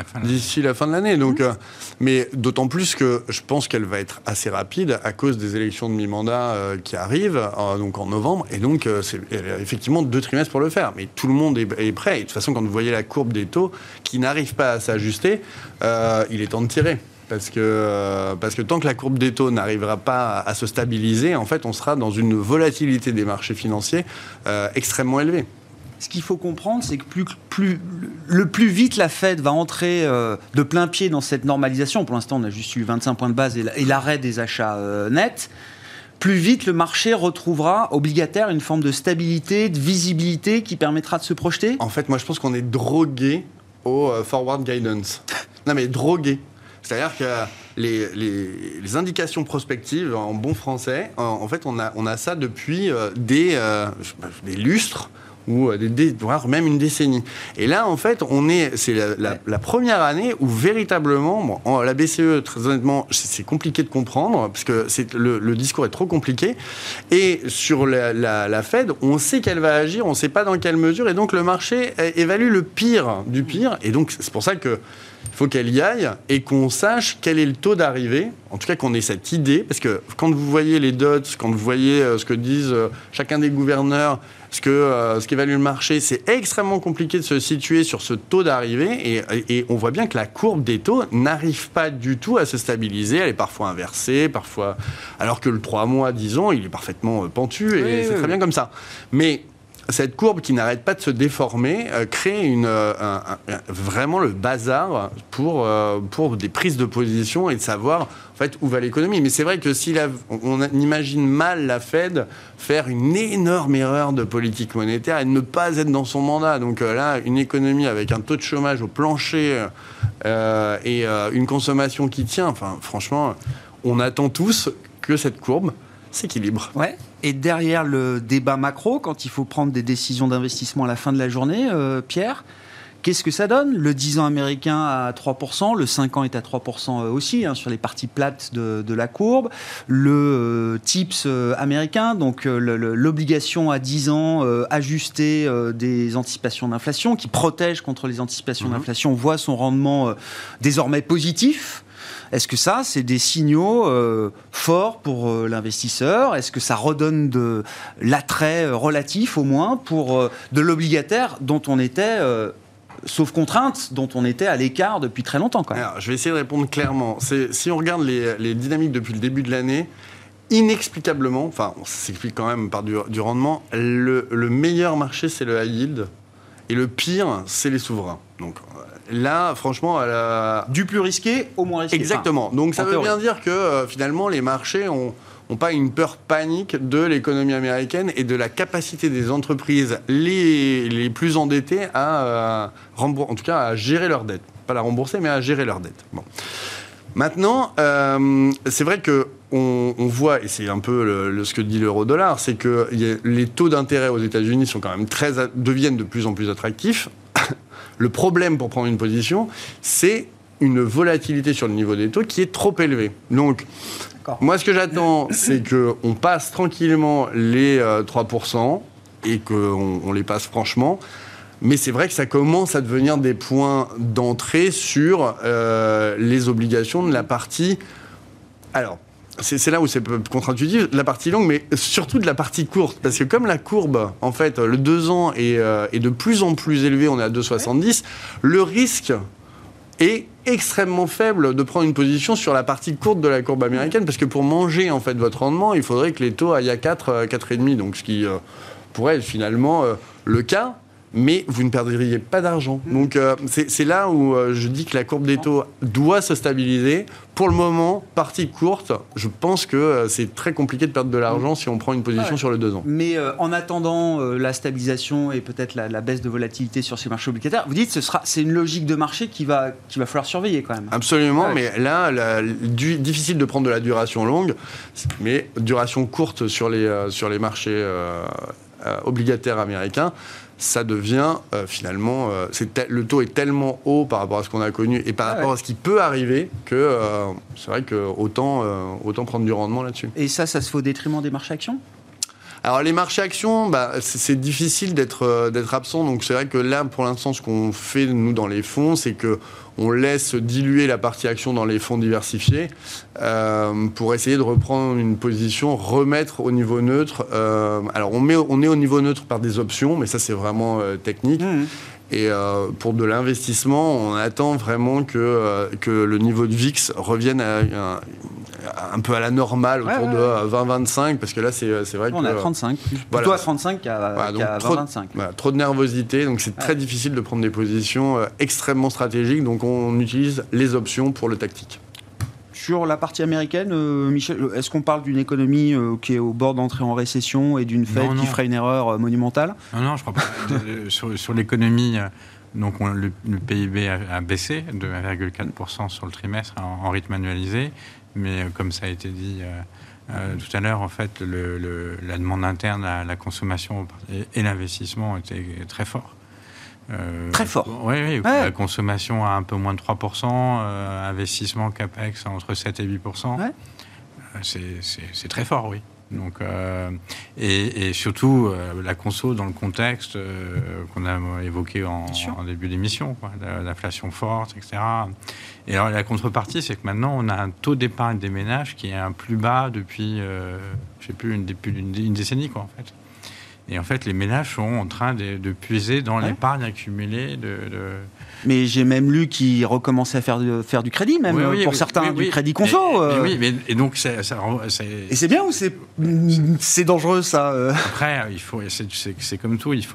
la fin de l'année. Donc, mais d'autant plus que je pense qu'elle va être assez rapide à cause des élections de mi-mandat qui arrivent donc en novembre. Et donc, elle a effectivement 2 trimestres pour le faire. Mais tout le monde est prêt. Et de toute façon, quand vous voyez la courbe des taux qui n'arrive pas à s'ajuster, il est temps de tirer. Parce que tant que la courbe des taux n'arrivera pas à se stabiliser, en fait, on sera dans une volatilité des marchés financiers extrêmement élevée. Ce qu'il faut comprendre, c'est que le plus vite la Fed va entrer de plein pied dans cette normalisation, pour l'instant on a juste eu 25 points de base et l'arrêt des achats nets, plus vite le marché retrouvera obligataire une forme de stabilité, de visibilité qui permettra de se projeter. En fait, moi je pense qu'on est drogué au forward guidance. Non mais drogué. C'est-à-dire que les indications prospectives, en bon français, en fait, on a ça depuis des lustres ou voire même une décennie. Et là, en fait, c'est la première année où véritablement, la BCE, très honnêtement, c'est compliqué de comprendre parce que le discours est trop compliqué. Et sur la Fed, on sait qu'elle va agir, on ne sait pas dans quelle mesure, et donc le marché évalue le pire du pire. Et donc, c'est pour ça que il faut qu'elle y aille et qu'on sache quel est le taux d'arrivée, en tout cas qu'on ait cette idée, parce que quand vous voyez les dots, quand vous voyez ce que disent chacun des gouverneurs, ce qu'évalue le marché, c'est extrêmement compliqué de se situer sur ce taux d'arrivée et on voit bien que la courbe des taux n'arrive pas du tout à se stabiliser, elle est parfois inversée, alors que le 3 mois, disons, il est parfaitement pentu et c'est très bien comme ça. Mais cette courbe qui n'arrête pas de se déformer crée vraiment le bazar pour des prises de position et de savoir en fait où va l'économie. Mais c'est vrai que si on imagine mal la Fed faire une énorme erreur de politique monétaire et de ne pas être dans son mandat. Donc là, une économie avec un taux de chômage au plancher et une consommation qui tient, enfin franchement, on attend tous que cette courbe s'équilibre. Ouais. Et derrière le débat macro, quand il faut prendre des décisions d'investissement à la fin de la journée, Pierre, qu'est-ce que ça donne ? Le 10 ans américain à 3%, le 5 ans est à 3% aussi, sur les parties plates de la courbe. Le TIPS américain, donc l'obligation à 10 ans ajustée des anticipations d'inflation, qui protège contre les anticipations d'inflation, voit son rendement désormais positif. Est-ce que ça, c'est des signaux forts pour l'investisseur ? Est-ce que ça redonne de l'attrait relatif, au moins, pour de l'obligataire dont on était, sauf contrainte, dont on était à l'écart depuis très longtemps quand même ? Alors, je vais essayer de répondre clairement. Si on regarde les dynamiques depuis le début de l'année, inexplicablement, enfin, on s'explique quand même par du rendement, le meilleur marché, c'est le high yield. Et le pire, c'est les souverains. Donc là, franchement... Du plus risqué au moins risqué. Exactement. Donc ça veut bien dire que finalement, les marchés ont pas une peur panique de l'économie américaine et de la capacité des entreprises les plus endettées à en tout cas à gérer leurs dettes. Pas la rembourser, mais à gérer leurs dettes. Bon. Maintenant, c'est vrai que on voit, et c'est un peu ce que dit l'euro-dollar, c'est que les taux d'intérêt aux États-Unis sont quand même deviennent de plus en plus attractifs. Le problème pour prendre une position, c'est une volatilité sur le niveau des taux qui est trop élevée. Donc, moi, ce que j'attends, c'est qu'on passe tranquillement les 3% et qu'on les passe franchement. Mais c'est vrai que ça commence à devenir des points d'entrée sur les obligations de la partie... Alors, c'est là où c'est contre-intuitif, la partie longue, mais surtout de la partie courte. Parce que comme la courbe, en fait, le 2 ans est de plus en plus élevé, on est à 2,70, le risque est extrêmement faible de prendre une position sur la partie courte de la courbe américaine, parce que pour manger en fait votre rendement, il faudrait que les taux aillent à 4, 4,5, donc ce qui pourrait être finalement le cas, mais vous ne perdriez pas d'argent. Donc c'est là où je dis que la courbe des taux doit se stabiliser. Pour le moment, partie courte, je pense que c'est très compliqué de perdre de l'argent si on prend une position sur le 2 ans. Mais en attendant la stabilisation et peut-être la baisse de volatilité sur ces marchés obligataires, vous dites que c'est une logique de marché qu'il va falloir surveiller quand même. Absolument, mais là, difficile de prendre de la duration longue, mais duration courte sur les marchés obligataires américains. Ça devient finalement... le taux est tellement haut par rapport à ce qu'on a connu et par rapport à ce qui peut arriver que c'est vrai qu'autant prendre du rendement là-dessus. Et ça se fait au détriment des marchés actions ? Alors les marchés actions, c'est difficile d'être absent. Donc c'est vrai que là, pour l'instant, ce qu'on fait, nous, dans les fonds, c'est qu'on laisse diluer la partie action dans les fonds diversifiés pour essayer de reprendre une position, remettre au niveau neutre. Alors on est au niveau neutre par des options, mais ça c'est vraiment technique. Et pour de l'investissement, on attend vraiment que le niveau de VIX revienne un peu à la normale, autour de 20-25, parce que là, c'est vrai on est à 35, plutôt à 35 qu'à 20-25. Trop de nervosité, donc c'est très difficile de prendre des positions extrêmement stratégiques, donc on utilise les options pour le tactique. Sur la partie américaine, Michel, est-ce qu'on parle d'une économie qui est au bord d'entrer en récession et d'une Fed qui ferait une erreur monumentale ? Non, je crois pas. sur l'économie, donc le PIB a baissé de 1,4% sur le trimestre en rythme annualisé, mais comme ça a été dit tout à l'heure, en fait, la demande interne, la consommation et l'investissement étaient très forts. Très fort. Oui. La consommation à un peu moins de 3%, investissement CAPEX entre 7 et 8%. C'est très fort, oui. Donc, et surtout, la conso dans le contexte qu'on a évoqué en début d'émission, l'inflation forte, etc. Et alors, la contrepartie, c'est que maintenant, on a un taux d'épargne des ménages qui est un plus bas depuis, je sais plus, une décennie, quoi, en fait. Et en fait, les ménages sont en train de puiser dans l'épargne accumulée Mais j'ai même lu qu'ils recommençaient à faire du crédit, même pour certains, du crédit conso. Et donc, et c'est bien ou c'est dangereux, ça Après, c'est comme tout, il faut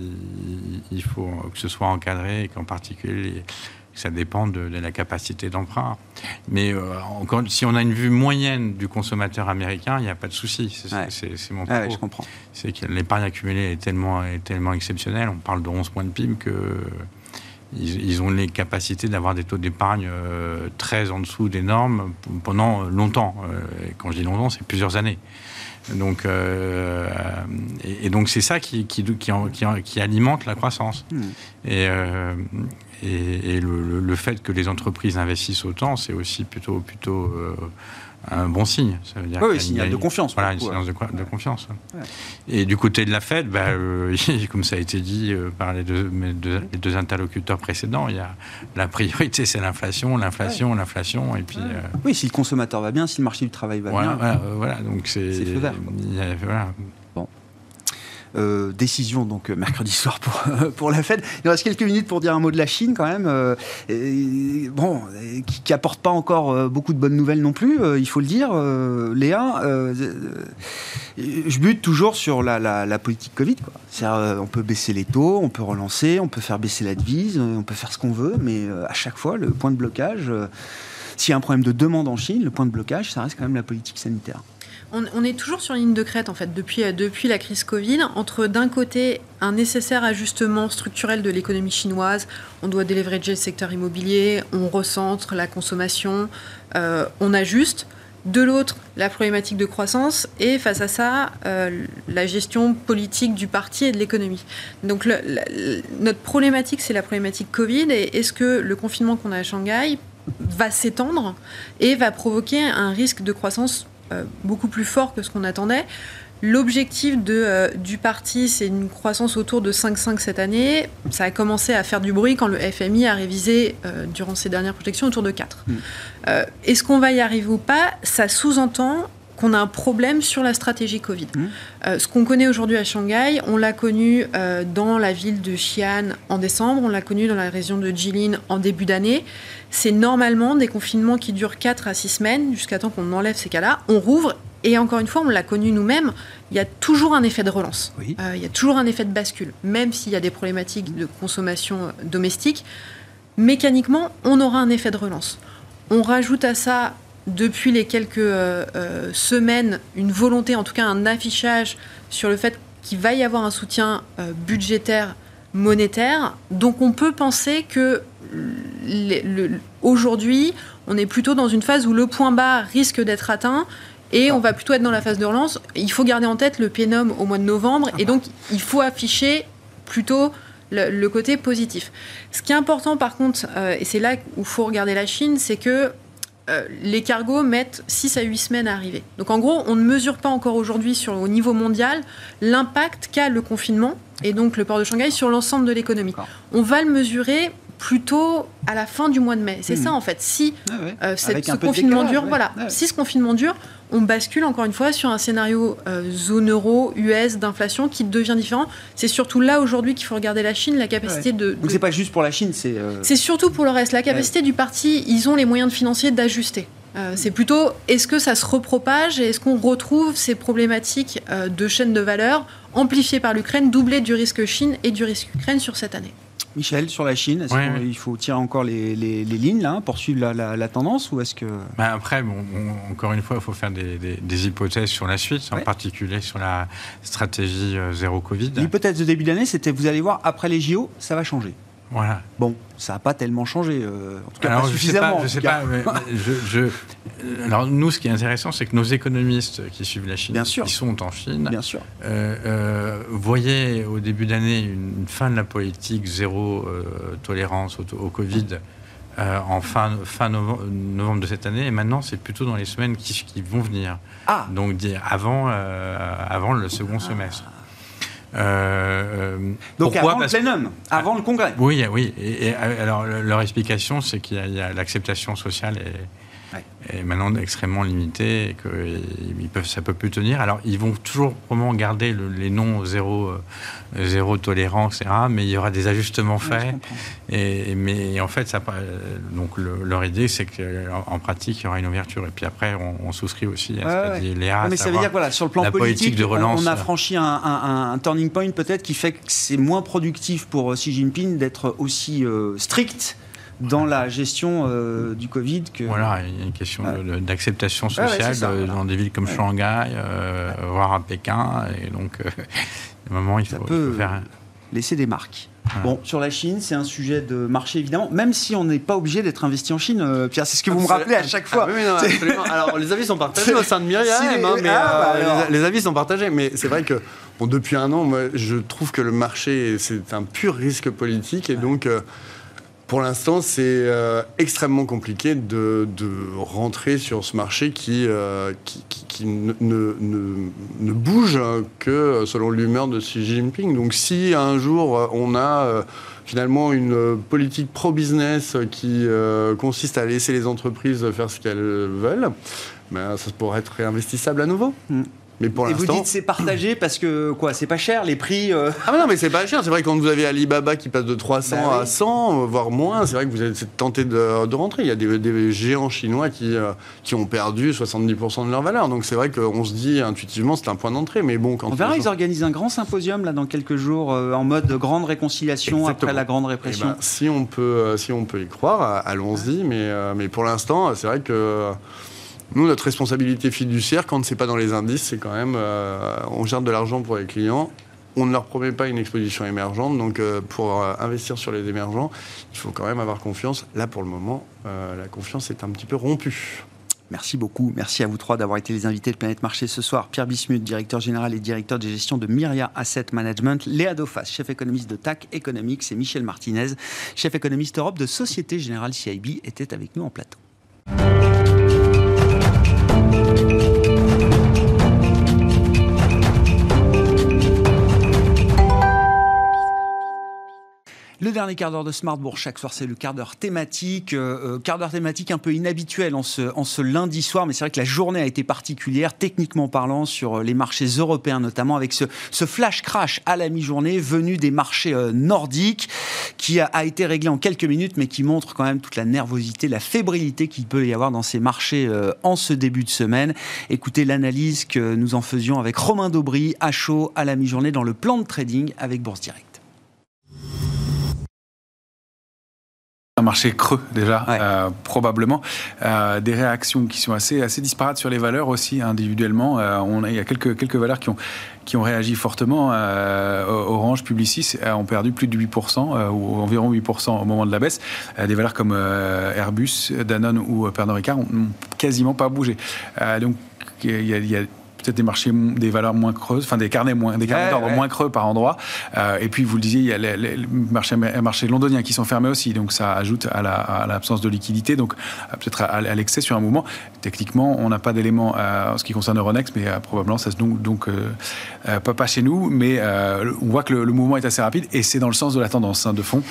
que ce soit encadré et qu'en particulier... Ça dépend de la capacité d'emprunt. Mais encore, si on a une vue moyenne du consommateur américain, il n'y a pas de souci. C'est mon propos. Je comprends. C'est que l'épargne accumulée est tellement exceptionnelle. On parle de 11 points de PIB qu'ils ont les capacités d'avoir des taux d'épargne très en dessous des normes pendant longtemps. Et quand je dis longtemps, c'est plusieurs années. Donc, et donc c'est ça qui alimente la croissance. Et le fait que les entreprises investissent autant, c'est aussi plutôt un bon signe. Ça veut dire signal de confiance. Voilà, une signal de confiance. Et du côté de la Fed, comme ça a été dit par les deux interlocuteurs précédents, il y a la priorité, c'est l'inflation, et puis... Oui, si le consommateur va bien, si le marché du travail va bien. Voilà, donc c'est feu vert. Bon. Décision donc mercredi soir pour la Fed. Il nous reste quelques minutes pour dire un mot de la Chine quand même, qui apporte pas encore beaucoup de bonnes nouvelles non plus, il faut le dire. Léa, Je bute toujours sur la politique Covid, quoi. C'est-à-dire, on peut baisser les taux, on peut relancer, on peut faire baisser la devise, on peut faire ce qu'on veut, mais à chaque fois, le point de blocage, s'il y a un problème de demande en Chine, le point de blocage, ça reste quand même la politique sanitaire. On est toujours sur une ligne de crête, en fait, depuis la crise Covid, entre d'un côté un nécessaire ajustement structurel de l'économie chinoise, on doit déleverager le secteur immobilier, on recentre la consommation, on ajuste. De l'autre, la problématique de croissance et face à ça, la gestion politique du parti et de l'économie. Donc notre problématique, c'est la problématique Covid et est-ce que le confinement qu'on a à Shanghai va s'étendre et va provoquer un risque de croissance beaucoup plus fort que ce qu'on attendait. L'objectif du parti, c'est une croissance autour de 5,5 cette année. Ça a commencé à faire du bruit quand le FMI a révisé, durant ses dernières projections, autour de 4. Est-ce qu'on va y arriver ou pas ? Ça sous-entend qu'on a un problème sur la stratégie Covid. Ce qu'on connaît aujourd'hui à Shanghai, on l'a connu dans la ville de Xi'an en décembre, on l'a connu dans la région de Jilin en début d'année. C'est normalement des confinements qui durent 4 à 6 semaines, jusqu'à temps qu'on enlève ces cas-là. On rouvre, et encore une fois, on l'a connu nous-mêmes, il y a toujours un effet de relance. Oui. Il y a toujours un effet de bascule. Même s'il y a des problématiques de consommation domestique, mécaniquement, on aura un effet de relance. On rajoute à ça, depuis les quelques semaines, une volonté, en tout cas un affichage sur le fait qu'il va y avoir un soutien budgétaire, monétaire. Donc on peut penser que aujourd'hui, on est plutôt dans une phase où le point bas risque d'être atteint et on va plutôt être dans la phase de relance. Il faut garder en tête le plénum au mois de novembre et donc il faut afficher plutôt le côté positif. Ce qui est important par contre, et c'est là où il faut regarder la Chine, c'est que les cargos mettent 6 à 8 semaines à arriver. Donc en gros, on ne mesure pas encore aujourd'hui au niveau mondial l'impact qu'a le confinement et donc le port de Shanghai sur l'ensemble de l'économie. On va le mesurer plutôt à la fin du mois de mai. C'est ça en fait. Si ce confinement dure, si ce confinement dure, on bascule encore une fois sur un scénario zone euro, US, d'inflation qui devient différent. C'est surtout là aujourd'hui qu'il faut regarder la Chine, la capacité de... Donc c'est pas juste pour la Chine, c'est... C'est surtout pour le reste. La capacité du parti, ils ont les moyens financiers d'ajuster. C'est plutôt, est-ce que ça se repropage et est-ce qu'on retrouve ces problématiques de chaîne de valeur amplifiées par l'Ukraine, doublées du risque Chine et du risque Ukraine sur cette année. Michel, sur la Chine, est-ce qu'il faut tirer encore les lignes, là, poursuivre la tendance ou est-ce que... Après, encore une fois, il faut faire des hypothèses sur la suite, en particulier sur la stratégie zéro Covid. L'hypothèse de début d'année, c'était, vous allez voir, après les JO, ça va changer. Voilà. Bon, ça n'a pas tellement changé, en tout cas alors, pas suffisamment. Je sais pas. Alors nous, ce qui est intéressant, c'est que nos économistes qui suivent la Chine, qui sont en Chine, voyaient au début d'année une fin de la politique zéro tolérance au Covid en fin novembre de cette année, et maintenant c'est plutôt dans les semaines qui vont venir. Donc avant le second semestre. Donc avant le plénum, avant le congrès. Oui. Et alors leur explication, c'est qu'il y a l'acceptation sociale est maintenant extrêmement limitée et que ça peut plus tenir. Alors ils vont toujours probablement garder les noms zéro tolérance, etc. Mais il y aura des ajustements faits. Mais en fait, donc leur idée, c'est qu'en pratique, il y aura une ouverture. Et puis après, on souscrit aussi à ce qu'a dit Léa. Mais ça veut dire que sur le plan politique, de relance, on a franchi un turning point peut-être qui fait que c'est moins productif pour Xi Jinping d'être aussi strict dans la gestion du Covid que... Voilà, il y a une question d'acceptation sociale dans des villes comme Shanghai, voire à Pékin. Et donc, à un moment, il faut faire... laisser des marques. Bon, sur la Chine, c'est un sujet de marché, évidemment, même si on n'est pas obligé d'être investi en Chine. Pierre, c'est ce que vous me rappelez à chaque fois. Oui, non, absolument. Alors, les avis sont partagés au sein de Myriam, les avis sont partagés. Mais c'est vrai que, depuis un an, moi, je trouve que le marché, c'est un pur risque politique. Et donc... pour l'instant, c'est extrêmement compliqué de rentrer sur ce marché qui ne bouge que selon l'humeur de Xi Jinping. Donc si un jour on a finalement une politique pro-business qui consiste à laisser les entreprises faire ce qu'elles veulent, ça pourrait être réinvestissable à nouveau. Mais pour Et l'instant... vous dites c'est partagé parce que quoi, c'est pas cher les prix Ah mais non, mais c'est pas cher. C'est vrai que quand vous avez Alibaba qui passe de 300 Bah oui. à 100, voire moins, c'est vrai que vous êtes tenté de rentrer. Il y a des géants chinois qui ont perdu 70% de leur valeur. Donc c'est vrai qu'on se dit intuitivement c'est un point d'entrée. Mais bon, quand On verra, ils organisent un grand symposium là dans quelques jours en mode grande réconciliation. Exactement. Après la grande répression. Eh ben, si on peut y croire, allons-y. Mais pour l'instant, c'est vrai que nous, notre responsabilité fiduciaire, quand c'est pas dans les indices, c'est quand même, on gère de l'argent pour les clients. On ne leur promet pas une exposition émergente, donc pour investir sur les émergents, il faut quand même avoir confiance. Là, pour le moment, la confiance est un petit peu rompue. Merci beaucoup. Merci à vous trois d'avoir été les invités de Planète Marché ce soir. Pierre Bismuth, directeur général et directeur de gestion de Myria Asset Management. Léa Dauphas, chef économiste de TAC Economics. Et Michel Martinez, chef économiste Europe de Société Générale CIB, étaient avec nous en plateau. Le dernier quart d'heure de Smart Bourse, chaque soir, c'est le quart d'heure thématique. Quart d'heure thématique un peu inhabituel en ce lundi soir, mais c'est vrai que la journée a été particulière, techniquement parlant, sur les marchés européens, notamment avec ce flash crash à la mi-journée venu des marchés nordiques, qui a été réglé en quelques minutes, mais qui montre quand même toute la nervosité, la fébrilité qu'il peut y avoir dans ces marchés en ce début de semaine. Écoutez l'analyse que nous en faisions avec Romain Daubry, à chaud, à la mi-journée, dans le plan de trading avec Bourse Direct. Un marché creux déjà, Ouais. probablement. Des réactions qui sont assez disparates sur les valeurs aussi, individuellement. Il y a quelques valeurs qui ont réagi fortement. Orange, Publicis ont perdu plus de 8%, ou environ 8% au moment de la baisse. Des valeurs comme Airbus, Danone ou Pernod Ricard n'ont quasiment pas bougé. Donc il y a peut-être des valeurs moins creuses, enfin des carnets d'ordre moins creux par endroit. Et puis, vous le disiez, il y a les marchés londoniens qui sont fermés aussi, donc ça ajoute à l'absence de liquidité, donc peut-être à l'excès sur un mouvement. Techniquement, on n'a pas d'éléments en ce qui concerne Euronext, mais probablement ça se donc pas chez nous, mais on voit que le mouvement est assez rapide et c'est dans le sens de la tendance de fond,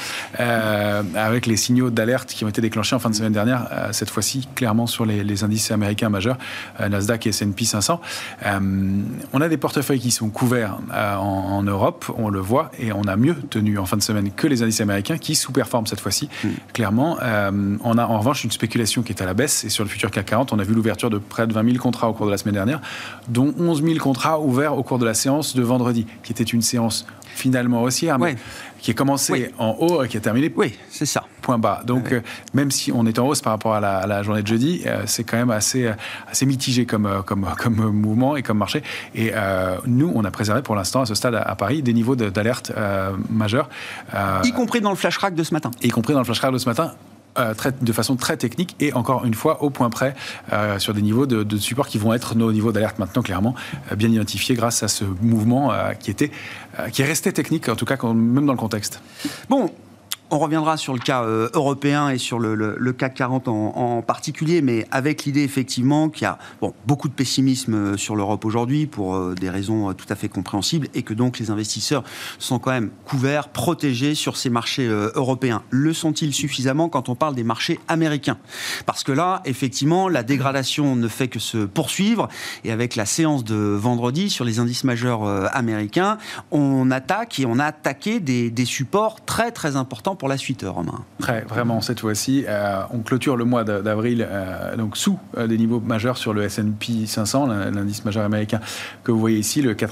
avec les signaux d'alerte qui ont été déclenchés en fin de semaine dernière, cette fois-ci clairement sur les indices américains majeurs, Nasdaq et S&P 500. On a des portefeuilles qui sont couverts en Europe, on le voit, et on a mieux tenu en fin de semaine que les indices américains qui sous-performent cette fois-ci, clairement. On a en revanche une spéculation qui est à la baisse, et sur le futur CAC 40, on a vu l'ouverture de près de 20 000 contrats au cours de la semaine dernière, dont 11 000 contrats ouverts au cours de la séance de vendredi, qui était une séance finalement haussière, mais qui a commencé en haut et qui a terminé c'est ça. point bas. Donc, même si on est en hausse par rapport à la journée de jeudi, c'est quand même assez mitigé comme mouvement et comme marché. Et nous, on a préservé pour l'instant, à ce stade à Paris, des niveaux d'alerte majeurs. Y compris dans le flash crack de ce matin. Y compris dans le flash crack de ce matin. De façon très technique et encore une fois au point près sur des niveaux de support qui vont être nos niveaux d'alerte maintenant clairement bien identifiés grâce à ce mouvement qui est resté technique en tout cas même dans le contexte. Bon, on reviendra sur le cas européen et sur le CAC 40 en particulier, mais avec l'idée effectivement qu'il y a beaucoup de pessimisme sur l'Europe aujourd'hui pour des raisons tout à fait compréhensibles et que donc les investisseurs sont quand même couverts, protégés sur ces marchés européens. Le sont-ils suffisamment quand on parle des marchés américains ? Parce que là, effectivement, la dégradation ne fait que se poursuivre et avec la séance de vendredi sur les indices majeurs américains, on attaque et on a attaqué des supports très très importants pour la suite, Romain. Vraiment, cette fois-ci, on clôture le mois d'avril donc sous des niveaux majeurs sur le S&P 500, l'indice majeur américain que vous voyez ici, le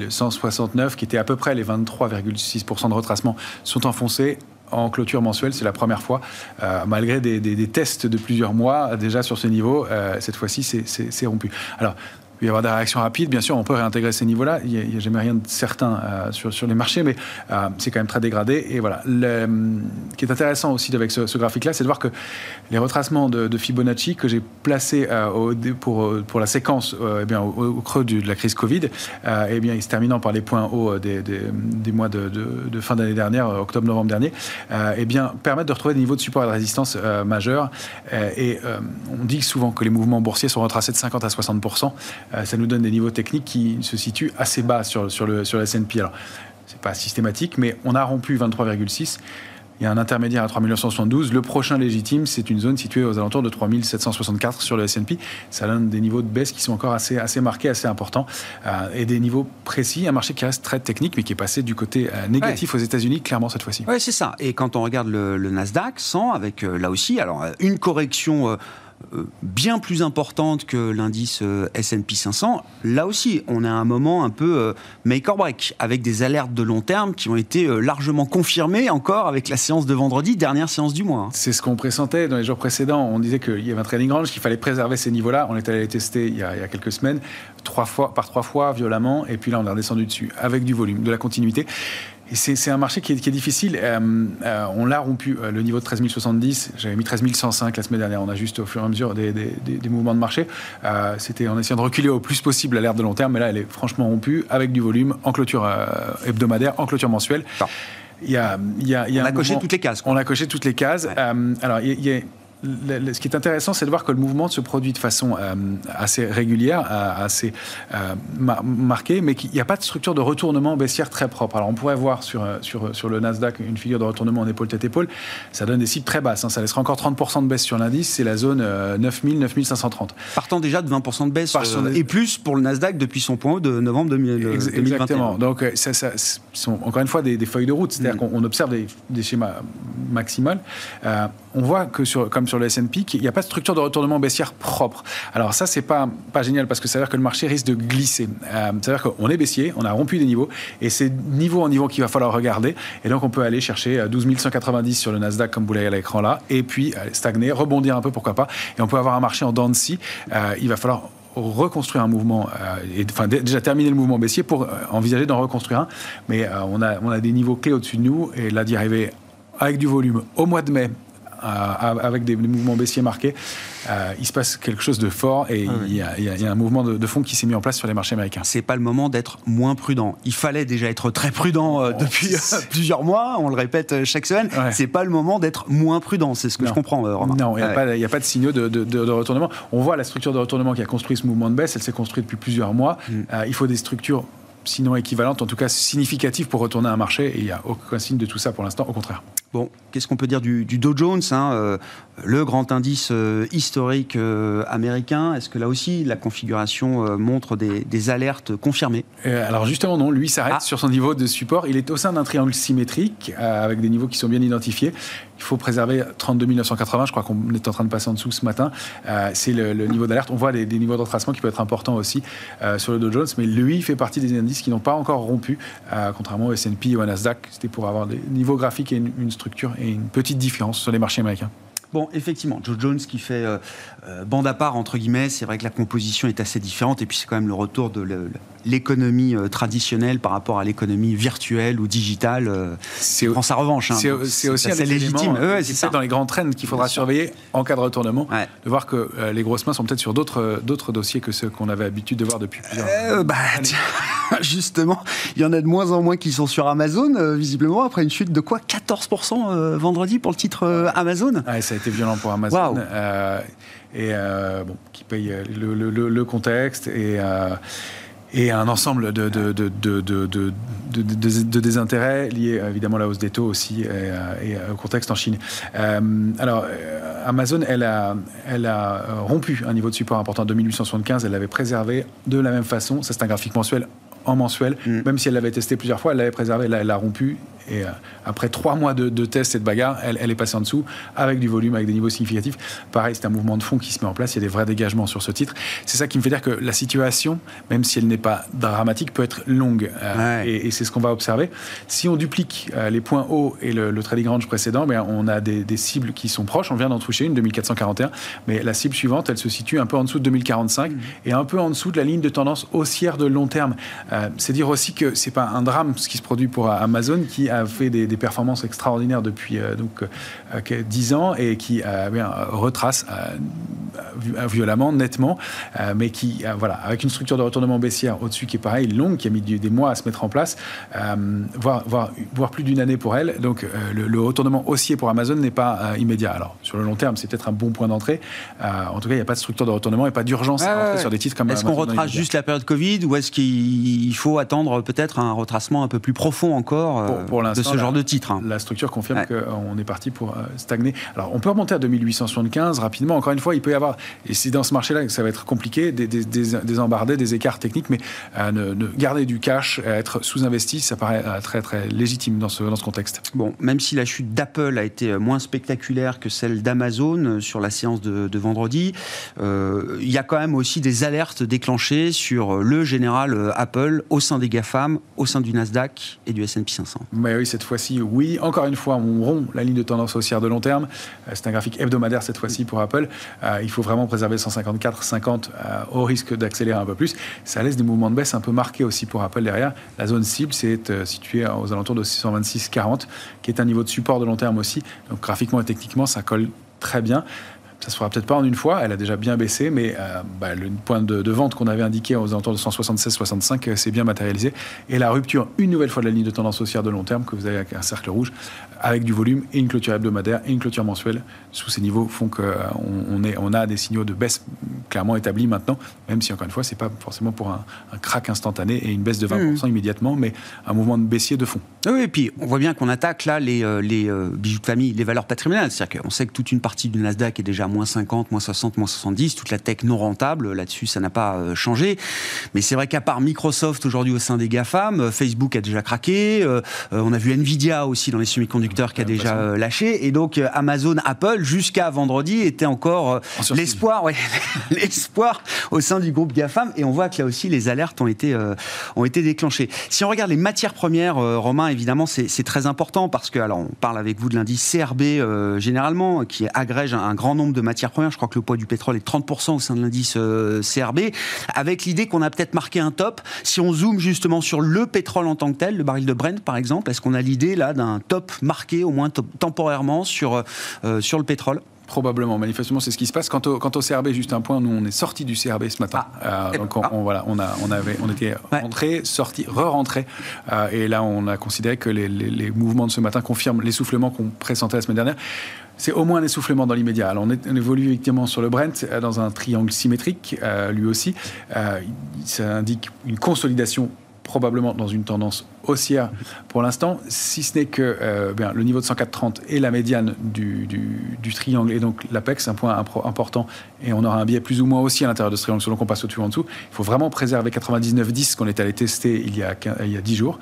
4169, qui était à peu près les 23,6% de retracement, sont enfoncés en clôture mensuelle. C'est la première fois, malgré des tests de plusieurs mois déjà sur ce niveau, cette fois-ci c'est rompu. Alors, il peut y avoir des réactions rapides, bien sûr, on peut réintégrer ces niveaux-là, il n'y a jamais rien de certain sur les marchés, mais c'est quand même très dégradé. Et voilà, ce qui est intéressant aussi avec ce graphique-là, c'est de voir que les retracements de Fibonacci que j'ai placés pour la séquence au creux de la crise Covid, ils se terminant par les points hauts des mois de fin d'année dernière, octobre-novembre dernier, permettent de retrouver des niveaux de support et de résistance majeurs. On dit souvent que les mouvements boursiers sont retracés de 50 à 60%. Ça nous donne des niveaux techniques qui se situent assez bas sur le S&P. Alors, c'est pas systématique, mais on a rompu 23,6. Il y a un intermédiaire à 3972. Le prochain légitime, c'est une zone située aux alentours de 3764 sur le S&P. Ça donne des niveaux de baisse qui sont encore assez marqués, assez importants, et des niveaux précis. Un marché qui reste très technique, mais qui est passé du côté négatif aux États-Unis, clairement cette fois-ci. Oui, c'est ça. Et quand on regarde le Nasdaq 100, avec là aussi, alors une correction bien plus importante que l'indice S&P 500, là aussi, on a un moment un peu make or break, avec des alertes de long terme qui ont été largement confirmées encore avec la séance de vendredi, dernière séance du mois. C'est ce qu'on pressentait dans les jours précédents. On disait qu'il y avait un trading range, qu'il fallait préserver ces niveaux-là. On est allé les tester il y a quelques semaines, par trois fois violemment, et puis là, on est redescendu dessus, avec du volume, de la continuité. Et c'est un marché qui est difficile. On l'a rompu, le niveau de 13 070. J'avais mis 13 105 la semaine dernière. On a juste, au fur et à mesure des mouvements de marché, c'était en essayant de reculer au plus possible l'alerte de long terme. Mais là, elle est franchement rompue avec du volume en clôture hebdomadaire, en clôture mensuelle. Non. On a coché toutes les cases. On a coché toutes les cases. Ouais. Alors, ce qui est intéressant, c'est de voir que le mouvement se produit de façon assez régulière, assez marquée, mais qu'il n'y a pas de structure de retournement baissière très propre. Alors on pourrait voir sur le Nasdaq une figure de retournement en épaule-tête-épaule. Ça donne des cibles très basses. Ça laissera encore 30% de baisse sur l'indice. C'est la zone 9000, 9530. Partant déjà de 20% de baisse et plus pour le Nasdaq depuis son point haut de novembre 2021. Exactement. Donc ça sont encore une fois des feuilles de route. C'est-à-dire qu'on observe des schémas maximales. On voit que comme sur le S&P, qu'il n'y a pas de structure de retournement baissière propre. Alors ça, c'est pas génial, parce que ça veut dire que le marché risque de glisser. Ça veut dire qu'on est baissier, on a rompu des niveaux, et c'est niveau en niveau qu'il va falloir regarder. Et donc, on peut aller chercher 12 190 sur le Nasdaq, comme vous l'avez à l'écran là, et puis stagner, rebondir un peu, pourquoi pas. Et on peut avoir un marché en dents de scie. Il va falloir reconstruire un mouvement, déjà terminer le mouvement baissier pour envisager d'en reconstruire un. Mais on a des niveaux clés au-dessus de nous, et là, d'y arriver avec du volume au mois de mai, avec des mouvements baissiers marqués, il se passe quelque chose de fort, et il y a un mouvement de fond qui s'est mis en place sur les marchés américains. C'est pas le moment d'être moins prudent. Il fallait déjà être très prudent depuis plusieurs mois, on le répète chaque semaine. Ouais. C'est pas le moment d'être moins prudent, c'est ce que je comprends, Romain. Non, il n'y a pas de signaux de retournement. On voit la structure de retournement qui a construit ce mouvement de baisse, elle s'est construite depuis plusieurs mois. Il faut des structures sinon équivalentes, en tout cas significatives pour retourner un marché, et il n'y a aucun signe de tout ça pour l'instant, au contraire. Bon, qu'est-ce qu'on peut dire du Dow Jones, le grand indice historique américain? Est-ce que là aussi, la configuration montre des alertes confirmées? Alors justement, non. Lui s'arrête sur son niveau de support. Il est au sein d'un triangle symétrique, avec des niveaux qui sont bien identifiés. Il faut préserver 32 980. Je crois qu'on est en train de passer en dessous ce matin. C'est le niveau d'alerte. On voit des niveaux de retracement qui peuvent être importants aussi sur le Dow Jones. Mais lui fait partie des indices qui n'ont pas encore rompu, contrairement au S&P ou au Nasdaq. C'était pour avoir des niveaux graphiques et une structure et une petite différence sur les marchés américains. Bon, effectivement, Dow Jones qui fait bande à part, entre guillemets, c'est vrai que la composition est assez différente, et puis c'est quand même le retour de l'économie traditionnelle par rapport à l'économie virtuelle ou digitale. C'est prend sa revanche. C'est aussi assez légitime. C'est ça dans les grands trends qu'il faudra surveiller en cas de retournement, de voir que les grosses mains sont peut-être sur d'autres dossiers que ceux qu'on avait l'habitude de voir depuis plusieurs années. Justement, il y en a de moins en moins qui sont sur Amazon, visiblement, après une chute de quoi, 14% vendredi pour le titre Amazon. Ça a été violent pour Amazon. Wow. Qui paye le contexte et un ensemble de désintérêts liés évidemment à la hausse des taux aussi, et au contexte en Chine. Amazon, elle a rompu un niveau de support important en 2875, elle l'avait préservé de la même façon. Ça, c'est un graphique mensuel. En mensuel, même si elle l'avait testé plusieurs fois, elle l'avait préservé, elle l'a rompu, et après 3 mois de tests et de bagarres, elle est passée en dessous, avec du volume, avec des niveaux significatifs. Pareil, c'est un mouvement de fond qui se met en place, il y a des vrais dégagements sur ce titre. C'est ça qui me fait dire que la situation, même si elle n'est pas dramatique, peut être longue, et c'est ce qu'on va observer. Si on duplique les points hauts et le trading range précédent, on a des cibles qui sont proches. On vient d'en toucher une, 2441, mais la cible suivante, elle se situe un peu en dessous de 2045, et un peu en dessous de la ligne de tendance haussière de long terme. C'est dire aussi que c'est pas un drame ce qui se produit pour Amazon, qui a fait des performances extraordinaires depuis 10 ans, et qui retrace violemment, nettement, mais qui, avec une structure de retournement baissière au-dessus qui est pareil, longue, qui a mis des mois à se mettre en place, voire plus d'une année pour elle. Donc le retournement haussier pour Amazon n'est pas immédiat. Alors sur le long terme, c'est peut-être un bon point d'entrée. En tout cas, il n'y a pas de structure de retournement et pas d'urgence à rentrer sur des titres comme Amazon. Est-ce qu'on retrace juste la période Covid, ou est-ce qu'il faut attendre peut-être un retracement un peu plus profond encore? pour l'instant, de ce genre de titre. La structure confirme qu'on est parti pour stagner. Alors, on peut remonter à 2875 rapidement. Encore une fois, il peut y avoir, et c'est dans ce marché-là que ça va être compliqué, des embardés, des écarts techniques, mais garder du cash, être sous-investi, ça paraît très, très légitime dans ce contexte. Bon, même si la chute d'Apple a été moins spectaculaire que celle d'Amazon sur la séance de vendredi, il y a quand même aussi des alertes déclenchées sur le général Apple au sein des GAFAM, au sein du Nasdaq et du S&P 500. Mais oui, cette fois-ci, oui. Encore une fois, on rompt la ligne de tendance haussière de long terme. C'est un graphique hebdomadaire cette fois-ci pour Apple. Il faut vraiment préserver 154,50 au risque d'accélérer un peu plus. Ça laisse des mouvements de baisse un peu marqués aussi pour Apple derrière. La zone cible, c'est située aux alentours de 626,40, qui est un niveau de support de long terme aussi. Donc graphiquement et techniquement, ça colle très bien. Ça ne se fera peut-être pas en une fois, elle a déjà bien baissé, mais le point de vente qu'on avait indiqué aux alentours de 176,65 s'est bien matérialisé. Et la rupture, une nouvelle fois de la ligne de tendance haussière de long terme, que vous avez avec un cercle rouge, avec du volume et une clôture hebdomadaire et une clôture mensuelle sous ces niveaux, font qu'on a des signaux de baisse clairement établis maintenant, même si encore une fois, ce n'est pas forcément pour un crack instantané et une baisse de 20% immédiatement, mais un mouvement de baissier de fond. Oui, et puis on voit bien qu'on attaque là les bijoux de famille, les valeurs patrimoniales. C'est-à-dire qu'on sait que toute une partie du Nasdaq est déjà moins 50, moins 60, moins 70, toute la tech non rentable, là-dessus ça n'a pas changé. Mais c'est vrai qu'à part Microsoft aujourd'hui au sein des GAFAM, Facebook a déjà craqué, on a vu Nvidia aussi dans les semi-conducteurs qui a déjà lâché, et donc Amazon, Apple, jusqu'à vendredi, était encore l'espoir au sein du groupe GAFAM, et on voit que là aussi les alertes ont été déclenchées. Si on regarde les matières premières, Romain, évidemment c'est très important, parce que, alors on parle avec vous de l'indice CRB généralement, qui agrège un grand nombre de matières premières. Je crois que le poids du pétrole est 30% au sein de l'indice CRB, avec l'idée qu'on a peut-être marqué un top. Si on zoome justement sur le pétrole en tant que tel, le baril de Brent par exemple, est-ce qu'on a l'idée là d'un top marqué, au moins temporairement, sur le pétrole ? Probablement, manifestement, c'est ce qui se passe. Quant au CRB, juste un point, nous on est sorti du CRB ce matin. Donc on était rentré, sorti, re-rentré, et là on a considéré que les mouvements de ce matin confirment l'essoufflement qu'on pressentait la semaine dernière. C'est au moins un essoufflement dans l'immédiat. Alors on évolue effectivement sur le Brent dans un triangle symétrique, lui aussi. Ça indique une consolidation probablement dans une tendance haussière pour l'instant, si ce n'est que le niveau de 104,30 est la médiane du triangle, et donc l'APEX, un point important, et on aura un biais plus ou moins aussi à l'intérieur de ce triangle selon qu'on passe au-dessus ou en dessous. Il faut vraiment préserver 99,10 qu'on est allé tester il y a 10 jours,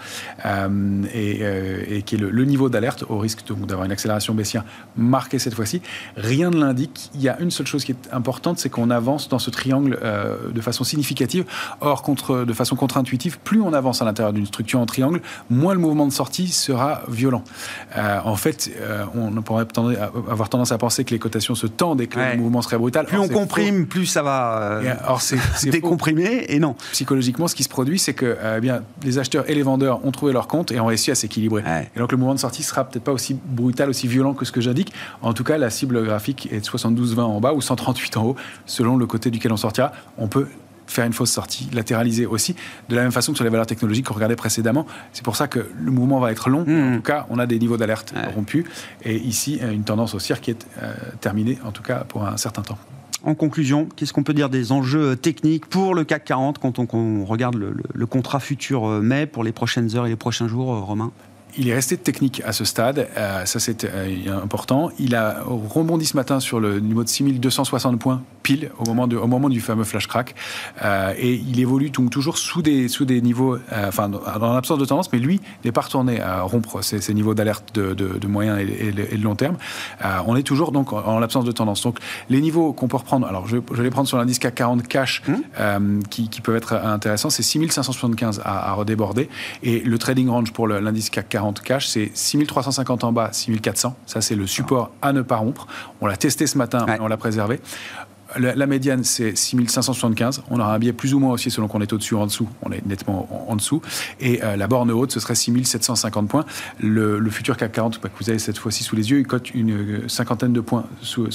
et qui est le niveau d'alerte au risque d'avoir une accélération baissière marquée cette fois-ci. Rien ne l'indique. Il y a une seule chose qui est importante, c'est qu'on avance dans ce triangle de façon significative. Or, de façon contre-intuitive, plus on avance à l'intérieur d'une structure en triangle, moins le mouvement de sortie sera violent. En fait, on pourrait avoir tendance à penser que les cotations se tendent et que le mouvement serait brutal. Plus on comprime, plus ça va c'est décomprimer, et non. Psychologiquement, ce qui se produit, c'est que les acheteurs et les vendeurs ont trouvé leur compte et ont réussi à s'équilibrer. Et donc le mouvement de sortie sera peut-être pas aussi brutal, aussi violent que ce que j'indique. En tout cas, la cible graphique est de 72,20 en bas ou 138 en haut, selon le côté duquel on sortira. On peut faire une fausse sortie, latéraliser aussi, de la même façon que sur les valeurs technologiques qu'on regardait précédemment. C'est pour ça que le mouvement va être long. En tout cas, on a des niveaux d'alerte rompus, et ici, une tendance haussière qui est terminée, en tout cas pour un certain temps. En conclusion, qu'est-ce qu'on peut dire des enjeux techniques pour le CAC 40 quand on regarde le contrat futur mai pour les prochaines heures et les prochains jours, Romain ? Il est resté technique à ce stade, ça c'est important. Il a rebondi ce matin sur le niveau de 6260 points pile au moment du fameux flash crack, et il évolue donc toujours sous des niveaux, dans l'absence de tendance, mais lui n'est pas retourné à rompre ces niveaux d'alerte de moyen et de long terme. On est toujours donc en l'absence de tendance. Donc les niveaux qu'on peut reprendre, alors je vais les prendre sur l'indice CAC 40 cash, qui peuvent être intéressants, c'est 6575 à redéborder, et le trading range pour l'indice CAC 40 cash, c'est 6350 en bas, 6400. Ça, c'est le support à ne pas rompre. On l'a testé ce matin, et on l'a préservé. La médiane, c'est 6575. On aura un biais plus ou moins aussi selon qu'on est au-dessus ou en dessous. On est nettement en dessous. Et la borne haute, ce serait 6750 points. Le futur CAC 40, que vous avez cette fois-ci sous les yeux, il cote une cinquantaine de points,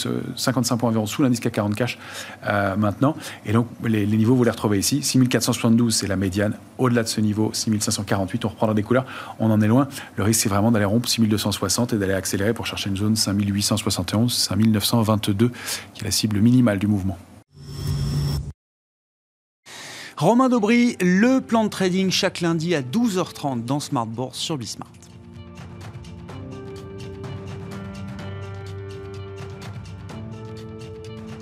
55 points environ sous l'indice CAC 40 cash maintenant. Et donc, les niveaux, vous les retrouvez ici. 6472, c'est la médiane. Au-delà de ce niveau, 6548, on reprendra des couleurs. On en est loin. Le risque, c'est vraiment d'aller rompre 6260 et d'aller accélérer pour chercher une zone 5871, 5922, qui est la cible minimale du mouvement. Romain Daubry, le plan de trading chaque lundi à 12h30 dans Smart Bourse sur Bismart.